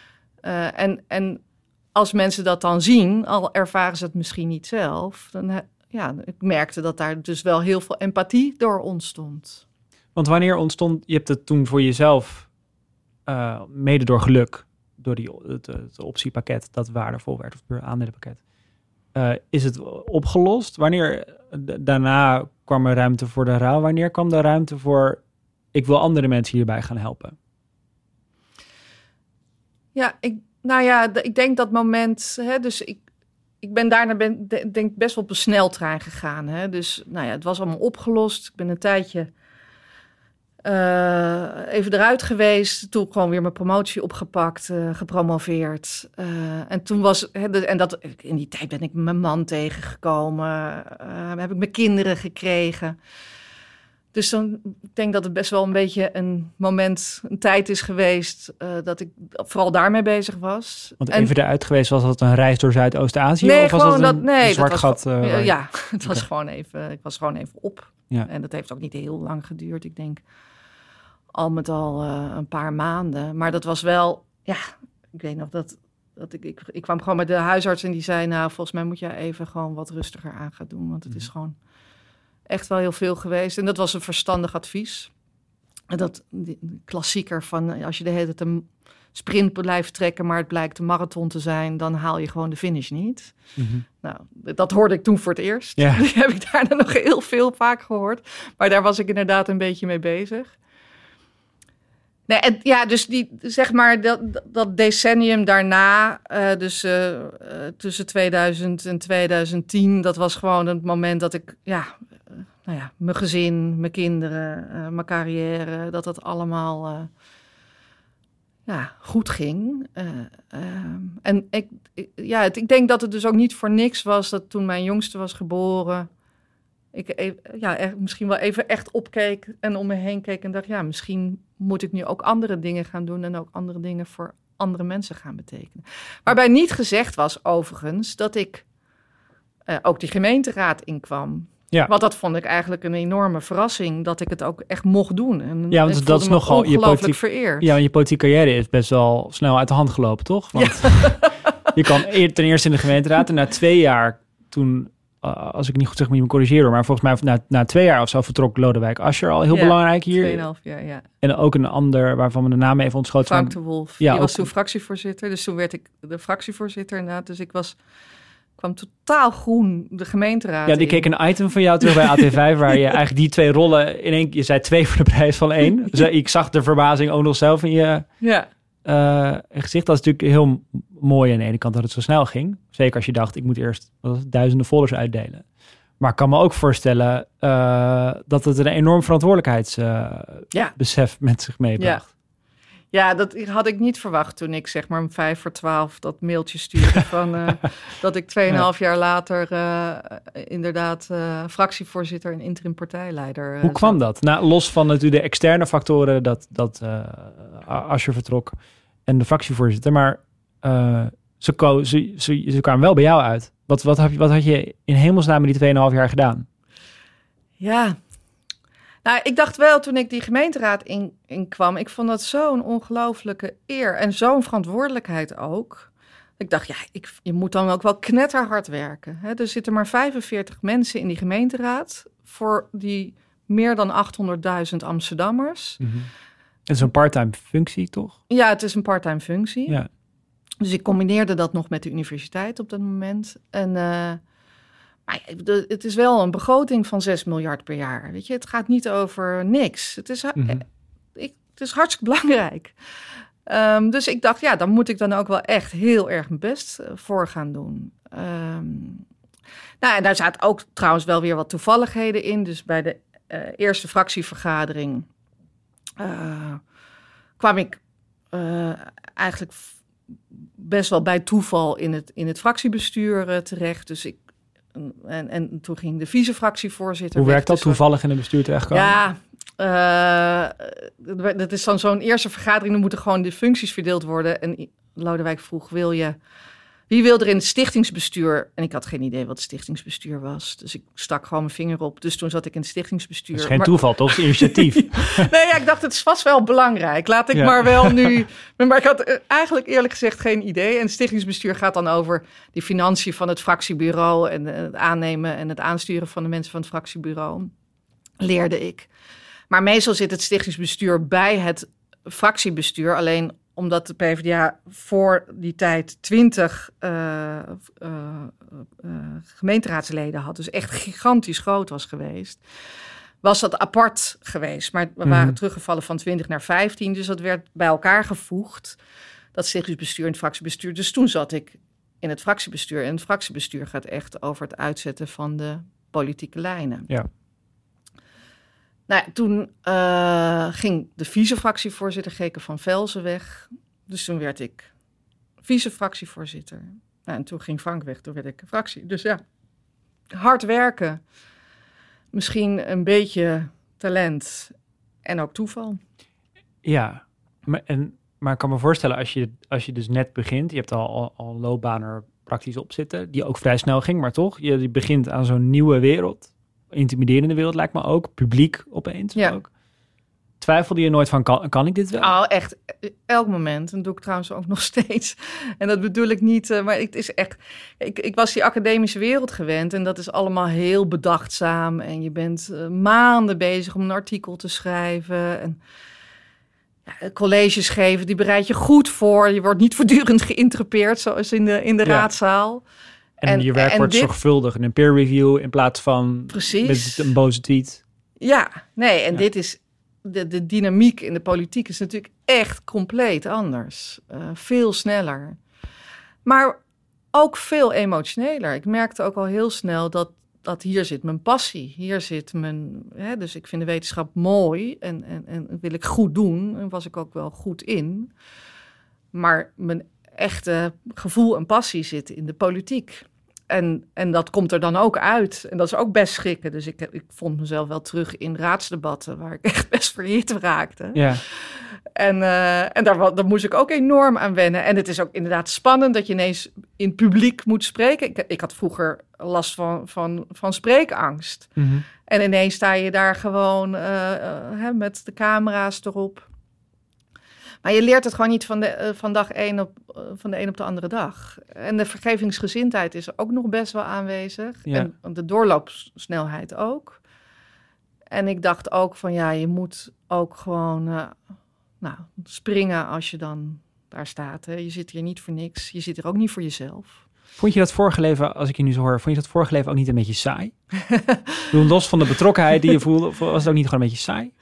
Uh, en... en Als mensen dat dan zien, al ervaren ze het misschien niet zelf... dan ja, ik merkte dat daar dus wel heel veel empathie door ontstond. Want wanneer ontstond... Je hebt het toen voor jezelf, uh, mede door geluk... door die, het, het optiepakket dat waardevol werd, of het aandelenpakket... uh, is het opgelost? Wanneer d- daarna kwam er ruimte voor de rouw? Wanneer kwam er ruimte voor, ik wil andere mensen hierbij gaan helpen? Ja, ik, nou ja, d- ik denk dat moment, hè, dus ik, ik ben daarna ben, de, denk best wel op een sneltrein gegaan. Hè. Dus nou ja, het was allemaal opgelost. Ik ben een tijdje uh, even eruit geweest. Toen gewoon weer mijn promotie opgepakt, uh, gepromoveerd. Uh, en toen was, hè, de, en dat, in die tijd ben ik mijn man tegengekomen. Uh, heb ik mijn kinderen gekregen. Dus dan, ik denk dat het best wel een beetje een moment, een tijd is geweest uh, dat ik vooral daarmee bezig was. Want en, even eruit geweest, was dat een reis door Zuidoost-Azië? Nee, of was gewoon dat een, dat, nee, een zwart dat was gat? Uh, gewoon, uh, ja, het was okay. gewoon even, ik was gewoon even op. Ja. En dat heeft ook niet heel lang geduurd. Ik denk al met al uh, een paar maanden. Maar dat was wel, ja, ik weet nog dat, dat ik, ik, ik kwam gewoon met de huisarts en die zei, nou, volgens mij moet je even gewoon wat rustiger aan gaan doen. Want het is gewoon echt wel heel veel geweest. En dat was een verstandig advies. En dat die klassieker van als je de hele tijd een sprint blijft trekken, maar het blijkt een marathon te zijn, dan haal je gewoon de finish niet. Mm-hmm. Nou, dat hoorde ik toen voor het eerst. Ja. Die heb ik daarna nog heel veel vaak gehoord. Maar daar was ik inderdaad een beetje mee bezig. Nee, en ja, dus die, zeg maar, dat, dat decennium daarna, uh, dus uh, uh, tussen tweeduizend en tweeduizend tien, dat was gewoon het moment dat ik, ja, uh, nou ja, mijn gezin, mijn kinderen, uh, mijn carrière, dat dat allemaal uh, ja, goed ging. Uh, uh, en ik, ik, ja, het, ik denk dat het dus ook niet voor niks was dat toen mijn jongste was geboren, ik even, ja, echt, misschien wel even echt opkeek en om me heen keek en dacht, ja, misschien moet ik nu ook andere dingen gaan doen en ook andere dingen voor andere mensen gaan betekenen. Waarbij niet gezegd was, overigens, dat ik uh, ook die gemeenteraad inkwam. Ja. Want dat vond ik eigenlijk een enorme verrassing, dat ik het ook echt mocht doen. En ja, want dat is nogal je politiek, vereerd. Ja, je politieke carrière is best wel snel uit de hand gelopen, toch? Want ja. je kan ten eerste in de gemeenteraad en na twee jaar toen, uh, als ik niet goed zeg, moet je me corrigeren, maar volgens mij na, na twee jaar of zo vertrok Lodewijk Asscher al heel ja, belangrijk hier. tweeënhalf jaar, ja. En ook een ander, waarvan we de naam even ontschoten. Frank de Wolf, ja, die was ook toen fractievoorzitter. Dus toen werd ik de fractievoorzitter inderdaad. Dus ik was, kwam totaal groen de gemeenteraad Ja, die keek een item van jou terug bij A T vijf, waar je eigenlijk die twee rollen in één, je zei twee voor de prijs van één. Dus ik zag de verbazing ook nog zelf in je ja. uh, gezicht. Dat is natuurlijk heel mooi aan de ene kant dat het zo snel ging. Zeker als je dacht, ik moet eerst wat was het, duizenden folders uitdelen. Maar ik kan me ook voorstellen uh, dat het een enorm verantwoordelijkheidsbesef uh, ja. met zich meebracht. Ja. Ja, dat had ik niet verwacht toen ik zeg maar om vijf voor twaalf dat mailtje stuurde van uh, dat ik tweeënhalf ja. jaar later uh, inderdaad uh, fractievoorzitter en interim partijleider. Uh, Hoe kwam zat. dat? Nou, los van natuurlijk de externe factoren dat, dat uh, Asscher vertrok en de fractievoorzitter, maar uh, ze, ko- ze, ze, ze kwamen wel bij jou uit. Wat, wat, heb je, wat had je in hemelsnaam in die tweeënhalf jaar gedaan? Ja, nou, ik dacht wel toen ik die gemeenteraad in, in kwam, ik vond dat zo'n ongelooflijke eer en zo'n verantwoordelijkheid ook. Ik dacht, ja, ik, je moet dan ook wel knetterhard werken. Hè? Er zitten maar vijfenveertig mensen in die gemeenteraad voor die meer dan achthonderdduizend Amsterdammers. Mm-hmm. Het is een parttime functie, toch? Ja, het is een parttime functie. Ja. Dus ik combineerde dat nog met de universiteit op dat moment. En uh, maar het is wel een begroting van zes miljard per jaar. Weet je, het gaat niet over niks. Het is, mm-hmm. ik, het is hartstikke belangrijk. Um, dus ik dacht, ja, dan moet ik dan ook wel echt heel erg mijn best voor gaan doen. Um, nou, en daar zaten ook trouwens wel weer wat toevalligheden in. Dus bij de uh, eerste fractievergadering uh, kwam ik uh, eigenlijk best wel bij toeval in het, in het fractiebestuur uh, terecht. Dus ik, en, en toen ging de vice-fractievoorzitter. Hoe werkt dat dus toevallig in het bestuur terechtkomen? Ja, uh, dat is dan zo'n eerste vergadering. Dan moeten gewoon de functies verdeeld worden. En Lodewijk vroeg, wil je, wie wil er in het stichtingsbestuur? En ik had geen idee wat het stichtingsbestuur was. Dus ik stak gewoon mijn vinger op. Dus toen zat ik in het stichtingsbestuur. Dat is geen maar, toeval, toch? Het is initiatief. Nee, ja, ik dacht, het is vast wel belangrijk. Laat ik ja. maar wel nu... Maar ik had eigenlijk eerlijk gezegd geen idee. En het stichtingsbestuur gaat dan over die financiën van het fractiebureau en het aannemen en het aansturen van de mensen van het fractiebureau. Leerde ik. Maar meestal zit het stichtingsbestuur bij het fractiebestuur. Alleen omdat de PvdA voor die tijd twintig uh, uh, uh, gemeenteraadsleden had. Dus echt gigantisch groot was geweest. Was dat apart geweest. Maar we waren mm-hmm. teruggevallen van twintig naar vijftien. Dus dat werd bij elkaar gevoegd. Dat stichtingsbestuur en het fractiebestuur. Dus toen zat ik in het fractiebestuur. En het fractiebestuur gaat echt over het uitzetten van de politieke lijnen. Ja. Nou, toen uh, ging de vice-fractievoorzitter Geke van Velzen weg. Dus toen werd ik vice-fractievoorzitter. Nou, en toen ging Frank weg, toen werd ik fractie. Dus ja, hard werken. Misschien een beetje talent en ook toeval. Ja, maar, en, maar ik kan me voorstellen als je, als je dus net begint... je hebt al, al, al loopbaan er praktisch op zitten... die ook vrij snel ging, maar toch? Je, je begint aan zo'n nieuwe wereld... intimiderende wereld lijkt me ook. Publiek opeens ja. ook. Twijfelde je nooit van, kan, kan ik dit wel? Oh, echt. Elk moment. En dat doe ik trouwens ook nog steeds. En dat bedoel ik niet. Uh, maar het is echt... Ik, ik was die academische wereld gewend. En dat is allemaal heel bedachtzaam. En je bent uh, maanden bezig om een artikel te schrijven. En ja, colleges geven, die bereid je goed voor. Je wordt niet voortdurend geïnterrupeerd, zoals in de, in de ja. raadzaal. En, en je werk en wordt dit... zorgvuldig in een peer review in plaats van Precies. met een boze tweet. Ja, nee, en ja. dit is... De, de dynamiek in de politiek is natuurlijk echt compleet anders. Uh, veel sneller. Maar ook veel emotioneler. Ik merkte ook al heel snel dat, dat hier zit mijn passie. Hier zit mijn... Hè, dus ik vind de wetenschap mooi en, en, en wil ik goed doen. En was ik ook wel goed in. Maar mijn echte gevoel en passie zit in de politiek. En, en dat komt er dan ook uit. En dat is ook best schrikken. Dus ik, ik vond mezelf wel terug in raadsdebatten... waar ik echt best verhit raakte. Ja. En, uh, en daar, daar moest ik ook enorm aan wennen. En het is ook inderdaad spannend... dat je ineens in het publiek moet spreken. Ik, ik had vroeger last van, van, van spreekangst. Mm-hmm. En ineens sta je daar gewoon uh, uh, hè, met de camera's erop... Maar je leert het gewoon niet van de, uh, van dag één op, uh, van de een op de andere dag. En de vergevingsgezindheid is ook nog best wel aanwezig. Ja. En de doorloopsnelheid ook. En ik dacht ook van ja, je moet ook gewoon uh, nou, springen als je dan daar staat. Hè. Je zit hier niet voor niks. Je zit hier ook niet voor jezelf. Vond je dat vorige leven, als ik je nu zo hoor, vond je dat vorige leven ook niet een beetje saai? Bedoel, los van de betrokkenheid die je voelde, was het ook niet gewoon een beetje saai?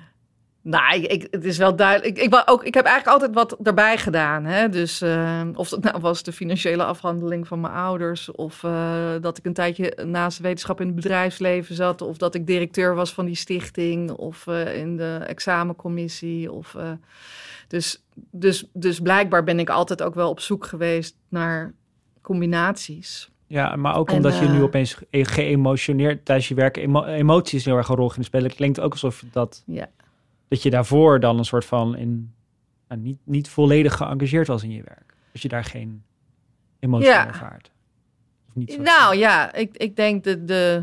Nou, ik, ik, het is wel duidelijk. Ik, ik, ook, ik heb eigenlijk altijd wat erbij gedaan. Hè? Dus uh, of dat nou was de financiële afhandeling van mijn ouders... of uh, dat ik een tijdje naast wetenschap in het bedrijfsleven zat... of dat ik directeur was van die stichting... of uh, in de examencommissie. Of, uh, dus, dus, dus blijkbaar ben ik altijd ook wel op zoek geweest naar combinaties. Ja, maar ook en, omdat je uh, nu opeens geëmotioneerd tijdens je werk... Emo- emoties heel erg een rol gaan spelen. Het klinkt ook alsof dat... Ja. Dat je daarvoor dan een soort van in, nou, niet, niet volledig geëngageerd was in je werk. Dat je daar geen emotie ja. ervaart. Of niet zo nou ja, ik, ik denk de, de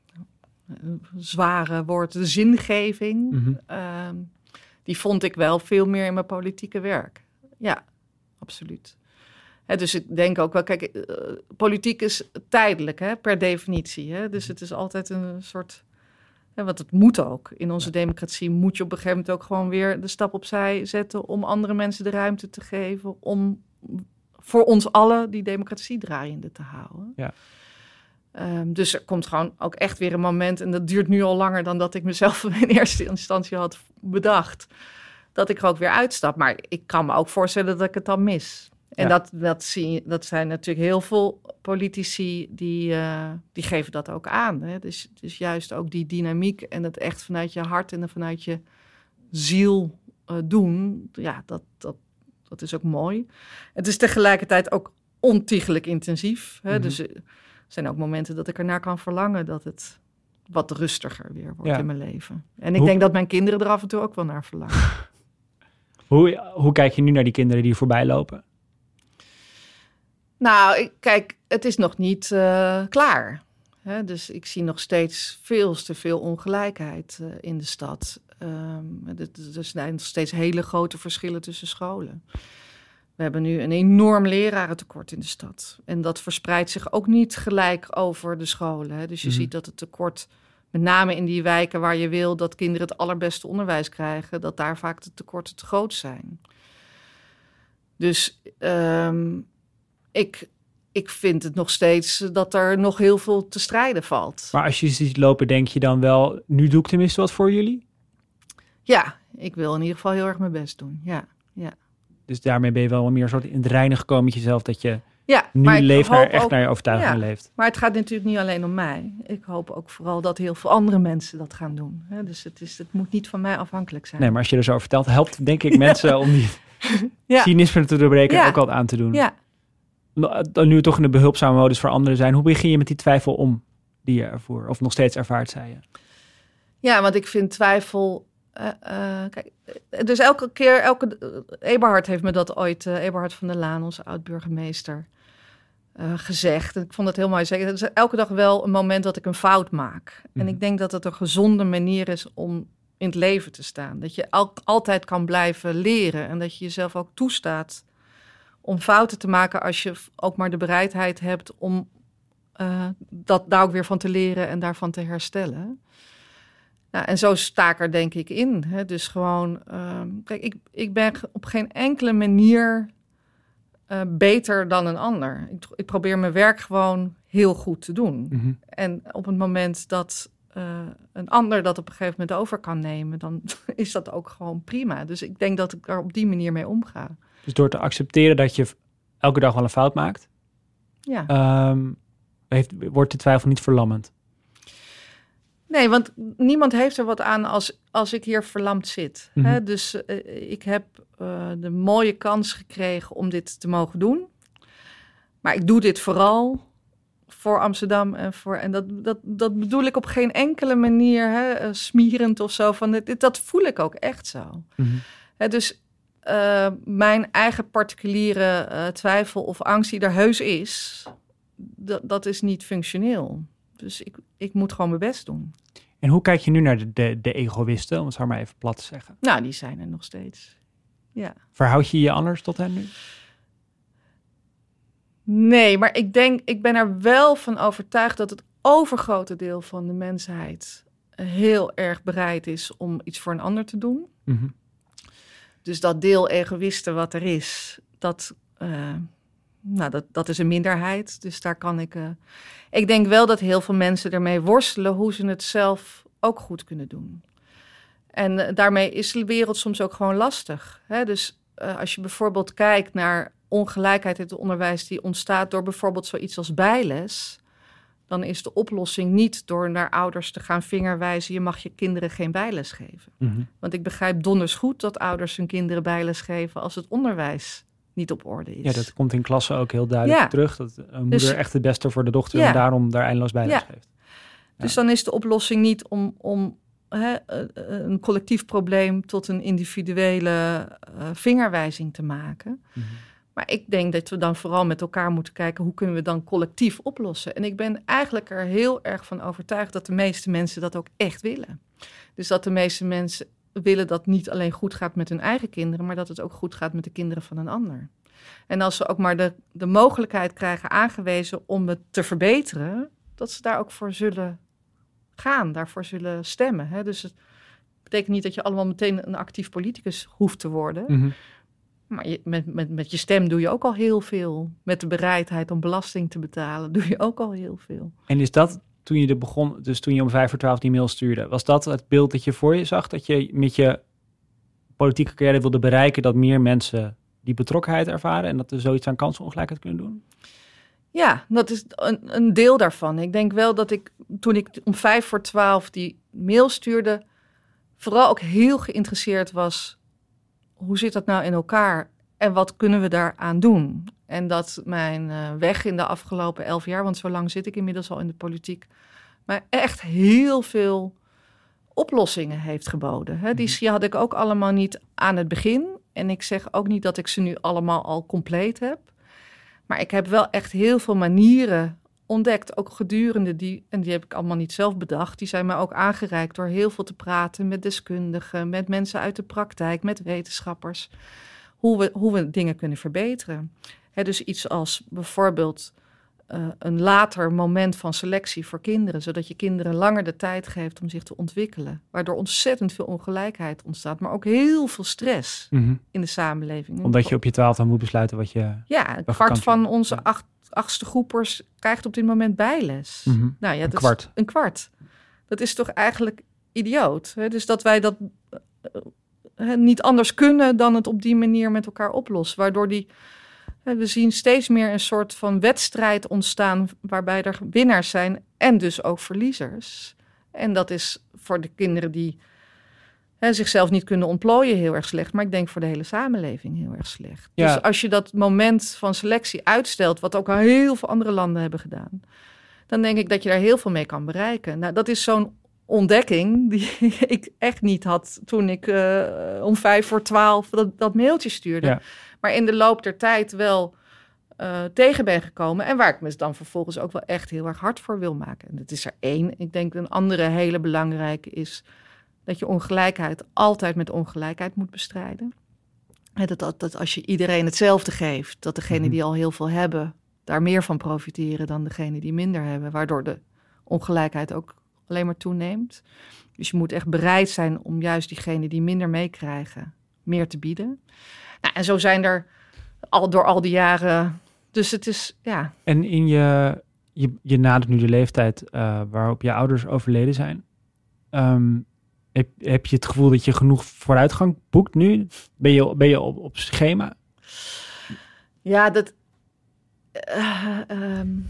zware woord, de zingeving, mm-hmm. uh, die vond ik wel veel meer in mijn politieke werk. Ja, absoluut. Hè, dus ik denk ook wel, kijk, uh, politiek is tijdelijk, hè, per definitie. Hè? Dus het is altijd een soort... Ja, want het moet ook. In onze democratie moet je op een gegeven moment ook gewoon weer de stap opzij zetten om andere mensen de ruimte te geven om voor ons allen die democratie draaiende te houden. Ja. Um, dus er komt gewoon ook echt weer een moment, en dat duurt nu al langer dan dat ik mezelf in eerste instantie had bedacht, dat ik er ook weer uitstap. Maar ik kan me ook voorstellen dat ik het dan mis. En ja. dat, dat, zie, dat zijn natuurlijk heel veel politici die, uh, die geven dat ook aan. Hè? Dus, dus juist ook die dynamiek en het echt vanuit je hart en vanuit je ziel uh, doen. Ja, dat, dat, dat is ook mooi. Het is tegelijkertijd ook ontiegelijk intensief. Hè? Mm-hmm. Dus er zijn ook momenten dat ik ernaar kan verlangen dat het wat rustiger weer wordt ja. in mijn leven. En ik hoe, denk dat mijn kinderen er af en toe ook wel naar verlangen. hoe, hoe kijk je nu naar die kinderen die voorbij lopen? Nou, ik, kijk, het is nog niet uh, klaar. Hè? Dus ik zie nog steeds veel te veel ongelijkheid uh, in de stad. Um, er zijn nog steeds hele grote verschillen tussen scholen. We hebben nu een enorm lerarentekort in de stad. En dat verspreidt zich ook niet gelijk over de scholen. Hè? Dus je mm-hmm. ziet dat het tekort, met name in die wijken waar je wil dat kinderen het allerbeste onderwijs krijgen, dat daar vaak de tekorten te groot zijn. Dus um, ik, ik vind het nog steeds dat er nog heel veel te strijden valt. Maar als je ziet lopen, denk je dan wel, nu doe ik tenminste wat voor jullie? Ja, ik wil in ieder geval heel erg mijn best doen, ja. ja. Dus daarmee ben je wel meer soort in het reinen gekomen met jezelf, dat je ja, nu maar leeft naar, echt ook, naar je overtuiging ja, leeft. Maar het gaat natuurlijk niet alleen om mij. Ik hoop ook vooral dat heel veel andere mensen dat gaan doen. Hè? Dus het, is, het moet niet van mij afhankelijk zijn. Nee, maar als je er zo over vertelt, helpt denk ik ja. mensen om die ja. cynisme te doorbreken ja. en ook al aan te doen. Ja. Nu we toch in de behulpzame modus voor anderen zijn, hoe begin je met die twijfel om die je ervoor, of nog steeds ervaart, zei je? Ja, want ik vind twijfel... Uh, uh, kijk, dus elke keer, elke, uh, Eberhard heeft me dat ooit, uh, Eberhard van der Laan, onze oud-burgemeester, uh, gezegd. En ik vond het heel mooi. Het is elke dag wel een moment dat ik een fout maak. Mm. En ik denk dat het een gezonde manier is om in het leven te staan. Dat je al, altijd kan blijven leren en dat je jezelf ook toestaat om fouten te maken als je ook maar de bereidheid hebt om uh, dat daar ook weer van te leren en daarvan te herstellen. Nou, en zo sta ik er denk ik in. Hè. Dus gewoon, um, kijk, ik, ik ben op geen enkele manier uh, beter dan een ander. Ik, ik probeer mijn werk gewoon heel goed te doen. Mm-hmm. En op het moment dat uh, een ander dat op een gegeven moment over kan nemen, dan is dat ook gewoon prima. Dus ik denk dat ik er op die manier mee omga. Dus door te accepteren dat je elke dag wel een fout maakt, ja. um, heeft, wordt de twijfel niet verlammend? Nee, want niemand heeft er wat aan als, als ik hier verlamd zit. Mm-hmm. Hè? Dus uh, ik heb uh, de mooie kans gekregen om dit te mogen doen. Maar ik doe dit vooral voor Amsterdam. En, voor, en dat, dat, dat bedoel ik op geen enkele manier hè, uh, smierend of zo. Van dit, dat voel ik ook echt zo. Mm-hmm. Hè, dus uh, mijn eigen particuliere uh, twijfel of angst die er heus is, dat, dat is niet functioneel. Dus ik, ik moet gewoon mijn best doen. En hoe kijk je nu naar de, de, de egoïsten, om het zo maar even plat te zeggen? Nou, die zijn er nog steeds, ja. Verhoud je je anders tot hen nu? Nee, maar ik denk, ik ben er wel van overtuigd dat het overgrote deel van de mensheid heel erg bereid is om iets voor een ander te doen. Mm-hmm. Dus dat deel egoïsten wat er is, dat... Uh, Nou, dat, dat is een minderheid, dus daar kan ik... Uh... Ik denk wel dat heel veel mensen ermee worstelen hoe ze het zelf ook goed kunnen doen. En uh, daarmee is de wereld soms ook gewoon lastig. Hè? Dus uh, als je bijvoorbeeld kijkt naar ongelijkheid in het onderwijs die ontstaat door bijvoorbeeld zoiets als bijles, dan is de oplossing niet door naar ouders te gaan vingerwijzen, je mag je kinderen geen bijles geven. Mm-hmm. Want ik begrijp donders goed dat ouders hun kinderen bijles geven als het onderwijs niet op orde is. Ja, dat komt in klassen ook heel duidelijk ja. terug. Dat een moeder dus, echt het beste voor de dochter ja. en daarom daar eindeloos bijles ja. geeft. Ja. Dus dan is de oplossing niet om, om hè, een collectief probleem tot een individuele uh, vingerwijzing te maken. Mm-hmm. Maar ik denk dat we dan vooral met elkaar moeten kijken, hoe kunnen we dan collectief oplossen? En ik ben eigenlijk er heel erg van overtuigd dat de meeste mensen dat ook echt willen. Dus dat de meeste mensen willen dat het niet alleen goed gaat met hun eigen kinderen, maar dat het ook goed gaat met de kinderen van een ander. En als ze ook maar de, de mogelijkheid krijgen aangewezen om het te verbeteren, dat ze daar ook voor zullen gaan, daarvoor zullen stemmen. Hè? Dus het betekent niet dat je allemaal meteen een actief politicus hoeft te worden. Mm-hmm. Maar je, met, met, met je stem doe je ook al heel veel. Met de bereidheid om belasting te betalen doe je ook al heel veel. En is dat... Toen je er begon, dus toen je om vijf voor twaalf die mail stuurde, was dat het beeld dat je voor je zag? Dat je met je politieke carrière wilde bereiken dat meer mensen die betrokkenheid ervaren en dat er zoiets aan kansenongelijkheid kunnen doen? Ja, dat is een, een deel daarvan. Ik denk wel dat ik, toen ik om vijf voor twaalf die mail stuurde, vooral ook heel geïnteresseerd was, hoe zit dat nou in elkaar en wat kunnen we daaraan doen? En dat mijn uh, weg in de afgelopen elf jaar, want zo lang zit ik inmiddels al in de politiek, maar echt heel veel oplossingen heeft geboden. Hè? Die had ik ook allemaal niet aan het begin. En ik zeg ook niet dat ik ze nu allemaal al compleet heb. Maar ik heb wel echt heel veel manieren ontdekt, ook gedurende die, en die heb ik allemaal niet zelf bedacht, die zijn mij ook aangereikt door heel veel te praten met deskundigen, met mensen uit de praktijk, met wetenschappers, hoe we, hoe we dingen kunnen verbeteren. He, dus iets als bijvoorbeeld uh, een later moment van selectie voor kinderen. Zodat je kinderen langer de tijd geeft om zich te ontwikkelen. Waardoor ontzettend veel ongelijkheid ontstaat. Maar ook heel veel stress Mm-hmm. in de samenleving. Omdat je op je twaalfde moet besluiten wat je... Ja, een kwart van onze acht, achtste groepers krijgt op dit moment bijles. Mm-hmm. Nou ja, een dat kwart. Is een kwart. Dat is toch eigenlijk idioot. Hè? Dus dat wij dat uh, niet anders kunnen dan het op die manier met elkaar oplossen. Waardoor die... We zien steeds meer een soort van wedstrijd ontstaan waarbij er winnaars zijn en dus ook verliezers. En dat is voor de kinderen die hè, zichzelf niet kunnen ontplooien heel erg slecht. Maar ik denk voor de hele samenleving heel erg slecht. Ja. Dus als je dat moment van selectie uitstelt, wat ook al heel veel andere landen hebben gedaan, dan denk ik dat je daar heel veel mee kan bereiken. Nou, dat is zo'n ontdekking die ik echt niet had toen ik uh, om vijf voor twaalf dat, dat mailtje stuurde. Ja. Maar in de loop der tijd wel uh, tegen ben gekomen. En waar ik me dan vervolgens ook wel echt heel erg hard voor wil maken. En dat is er één. Ik denk een andere hele belangrijke is dat je ongelijkheid altijd met ongelijkheid moet bestrijden. En dat, dat, dat als je iedereen hetzelfde geeft, dat degenen die al heel veel hebben, daar meer van profiteren dan degenen die minder hebben. Waardoor de ongelijkheid ook alleen maar toeneemt. Dus je moet echt bereid zijn om juist diegenen die minder meekrijgen, meer te bieden. Nou, en zo zijn er al door al die jaren. Dus het is, ja. En in je, je, je nadert nu de leeftijd uh, waarop je ouders overleden zijn. Um, heb, heb je het gevoel dat je genoeg vooruitgang boekt nu? Ben je, ben je op, op schema? Ja, dat... Uh, um,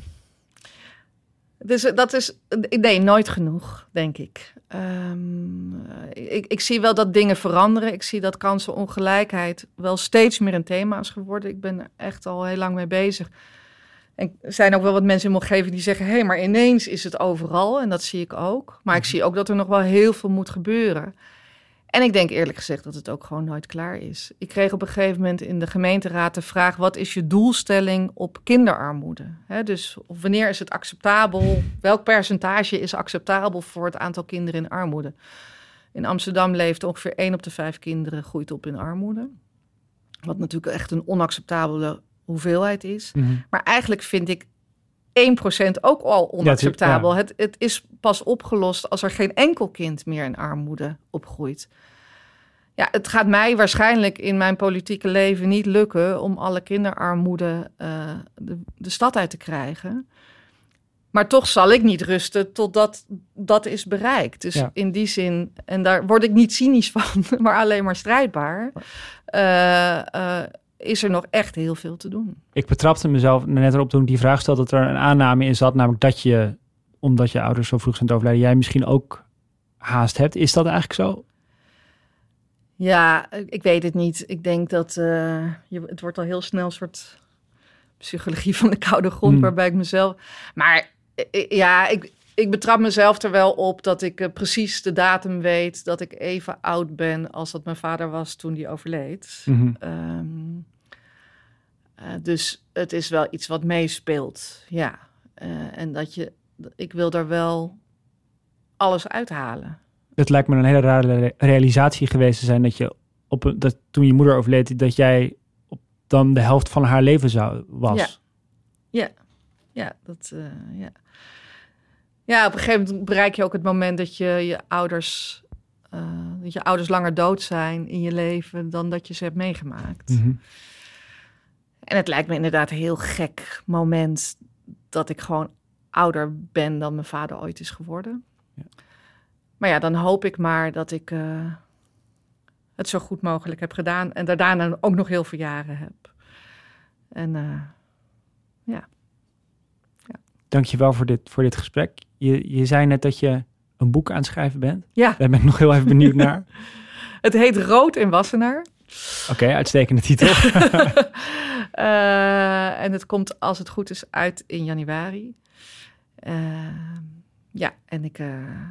dus dat is... Nee, nooit genoeg, denk ik. Um, ik. Ik zie wel dat dingen veranderen. Ik zie dat kansenongelijkheid wel steeds meer een thema is geworden. Ik ben er echt al heel lang mee bezig. En er zijn ook wel wat mensen in mijn omgeving die zeggen, hé, hey, maar ineens is het overal. En dat zie ik ook. Maar ik zie ook dat er nog wel heel veel moet gebeuren. En ik denk eerlijk gezegd dat het ook gewoon nooit klaar is. Ik kreeg op een gegeven moment in de gemeenteraad de vraag, wat is je doelstelling op kinderarmoede? He, dus wanneer is het acceptabel? Welk percentage is acceptabel voor het aantal kinderen in armoede? In Amsterdam leeft ongeveer één op de vijf kinderen groeit op in armoede. Wat natuurlijk echt een onacceptabele hoeveelheid is. Mm-hmm. Maar eigenlijk vind ik één procent ook al onacceptabel. Ja, het, het is pas opgelost als er geen enkel kind meer in armoede opgroeit. Ja, het gaat mij waarschijnlijk in mijn politieke leven niet lukken om alle kinderarmoede uh, de, de stad uit te krijgen. Maar toch zal ik niet rusten totdat dat is bereikt. Dus ja. in die zin, en daar word ik niet cynisch van, maar alleen maar strijdbaar, uh, uh, is er nog echt heel veel te doen. Ik betrapte mezelf net erop toen ik die vraag stelde, dat er een aanname in zat, namelijk dat je, omdat je ouders zo vroeg zijn overlijden, jij misschien ook haast hebt. Is dat eigenlijk zo? Ja, ik weet het niet. Ik denk dat uh, je, het wordt al heel snel een soort psychologie van de koude grond, mm. waarbij ik mezelf... Maar ja, ik, ik betrap mezelf er wel op dat ik uh, precies de datum weet dat ik even oud ben als dat mijn vader was toen die overleed. Mm-hmm. Um, uh, dus het is wel iets wat meespeelt, ja. Uh, en dat je, ik wil daar wel alles uithalen. Het lijkt me een hele rare realisatie geweest te zijn dat je op een, dat toen je moeder overleed, dat jij op dan de helft van haar leven zou was. Ja, ja, ja, dat, uh, ja. Ja, op een gegeven moment bereik je ook het moment dat je je ouders, uh, dat je ouders langer dood zijn in je leven dan dat je ze hebt meegemaakt. Mm-hmm. En het lijkt me inderdaad een heel gek moment dat ik gewoon ouder ben dan mijn vader ooit is geworden. Ja. Maar ja, dan hoop ik maar dat ik uh, het zo goed mogelijk heb gedaan en daarna ook nog heel veel jaren heb. En uh, ja. ja. Dank je wel voor dit, voor dit gesprek. Je, je zei net dat je een boek aan het schrijven bent. Ja. Daar ben ik nog heel even benieuwd naar. Het heet Rood in Wassenaar. Oké, okay, uitstekende titel. uh, en het komt, als het goed is, uit in januari. Uh, ja, en ik... Uh,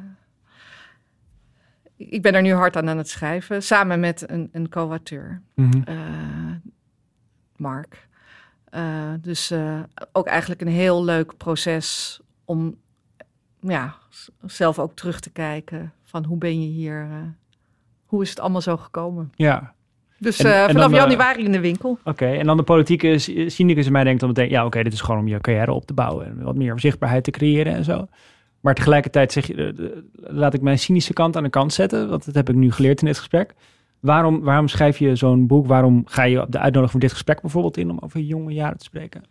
Ik ben er nu hard aan aan het schrijven, samen met een, een co-auteur, mm-hmm. uh, Mark. Uh, dus uh, ook eigenlijk een heel leuk proces om ja, zelf ook terug te kijken van hoe ben je hier, uh, hoe is het allemaal zo gekomen? Ja, Dus En- uh, en vanaf dan, uh, januari in de winkel. Oké, okay, en dan de politieke cynicus in mij denkt dan meteen... ja, oké, okay, dit is gewoon om je carrière op te bouwen... en wat meer zichtbaarheid te creëren en zo. Maar tegelijkertijd zeg je... Uh, uh, laat ik mijn cynische kant aan de kant zetten... want dat heb ik nu geleerd in dit gesprek. Waarom, waarom schrijf je zo'n boek? Waarom ga je op de uitnodiging van dit gesprek bijvoorbeeld in... om over jonge jaren te spreken?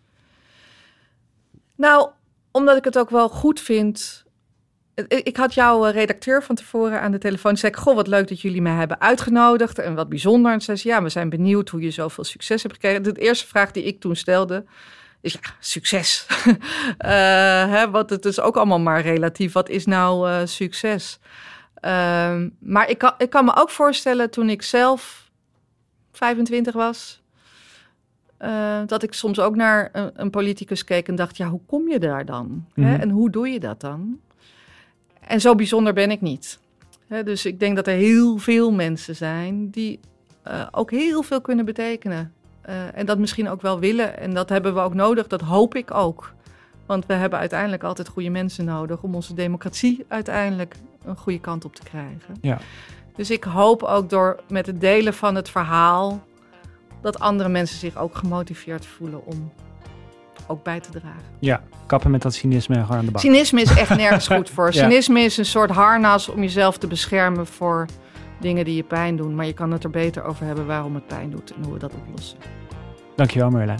Nou, omdat ik het ook wel goed vind... Ik had jouw redacteur van tevoren aan de telefoon. Zei ik, goh, wat leuk dat jullie mij hebben uitgenodigd. En wat bijzonder. En zei ze, ja, we zijn benieuwd hoe je zoveel succes hebt gekregen. De eerste vraag die ik toen stelde is, ja, succes. uh, hè, want het is ook allemaal maar relatief. Wat is nou uh, succes? Uh, maar ik kan, ik kan me ook voorstellen, toen ik zelf vijfentwintig was... Uh, dat ik soms ook naar een, een politicus keek en dacht, ja, hoe kom je daar dan? Mm-hmm. Hè? En hoe doe je dat dan? En zo bijzonder ben ik niet. He, dus ik denk dat er heel veel mensen zijn die uh, ook heel veel kunnen betekenen. Uh, en dat misschien ook wel willen. En dat hebben we ook nodig, dat hoop ik ook. Want we hebben uiteindelijk altijd goede mensen nodig... om onze democratie uiteindelijk een goede kant op te krijgen. Ja. Dus ik hoop ook door met het delen van het verhaal... dat andere mensen zich ook gemotiveerd voelen om... ook bij te dragen. Ja, kappen met dat cynisme en gewoon aan de bak. Cynisme is echt nergens goed voor. Ja. Cynisme is een soort harnas om jezelf te beschermen voor dingen die je pijn doen. Maar je kan het er beter over hebben waarom het pijn doet en hoe we dat oplossen. Dankjewel, Marjolein.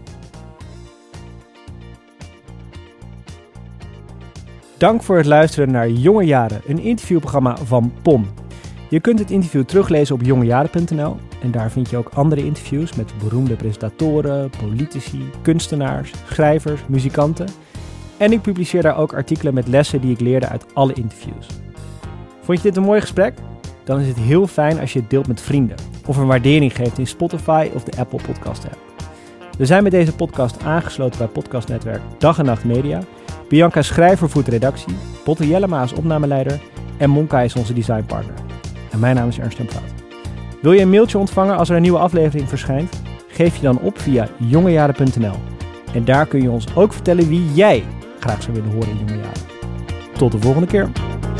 Dank voor het luisteren naar Jonge Jaren, een interviewprogramma van P O M. Je kunt het interview teruglezen op jongejaren punt n l en daar vind je ook andere interviews met beroemde presentatoren, politici, kunstenaars, schrijvers, muzikanten. En ik publiceer daar ook artikelen met lessen die ik leerde uit alle interviews. Vond je dit een mooi gesprek? Dan is het heel fijn als je het deelt met vrienden of een waardering geeft in Spotify of de Apple Podcast app. We zijn met deze podcast aangesloten bij podcastnetwerk Dag en Nacht Media. Bianca Schrijver voert de redactie, Botte Jellema is opnameleider en Monka is onze designpartner. En mijn naam is Ernst Jan Fout. Wil je een mailtje ontvangen als er een nieuwe aflevering verschijnt? Geef je dan op via jongejaren punt n l. En daar kun je ons ook vertellen wie jij graag zou willen horen in Jonge Jaren. Tot de volgende keer.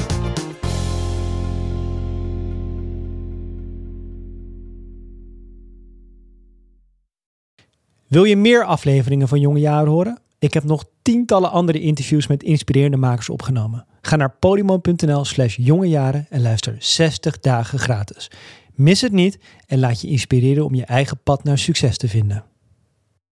Wil je meer afleveringen van Jonge Jaren horen? Ik heb nog tientallen andere interviews met inspirerende makers opgenomen. Ga naar podimo punt n l slash jongejaren en luister zestig dagen gratis. Mis het niet en laat je inspireren om je eigen pad naar succes te vinden.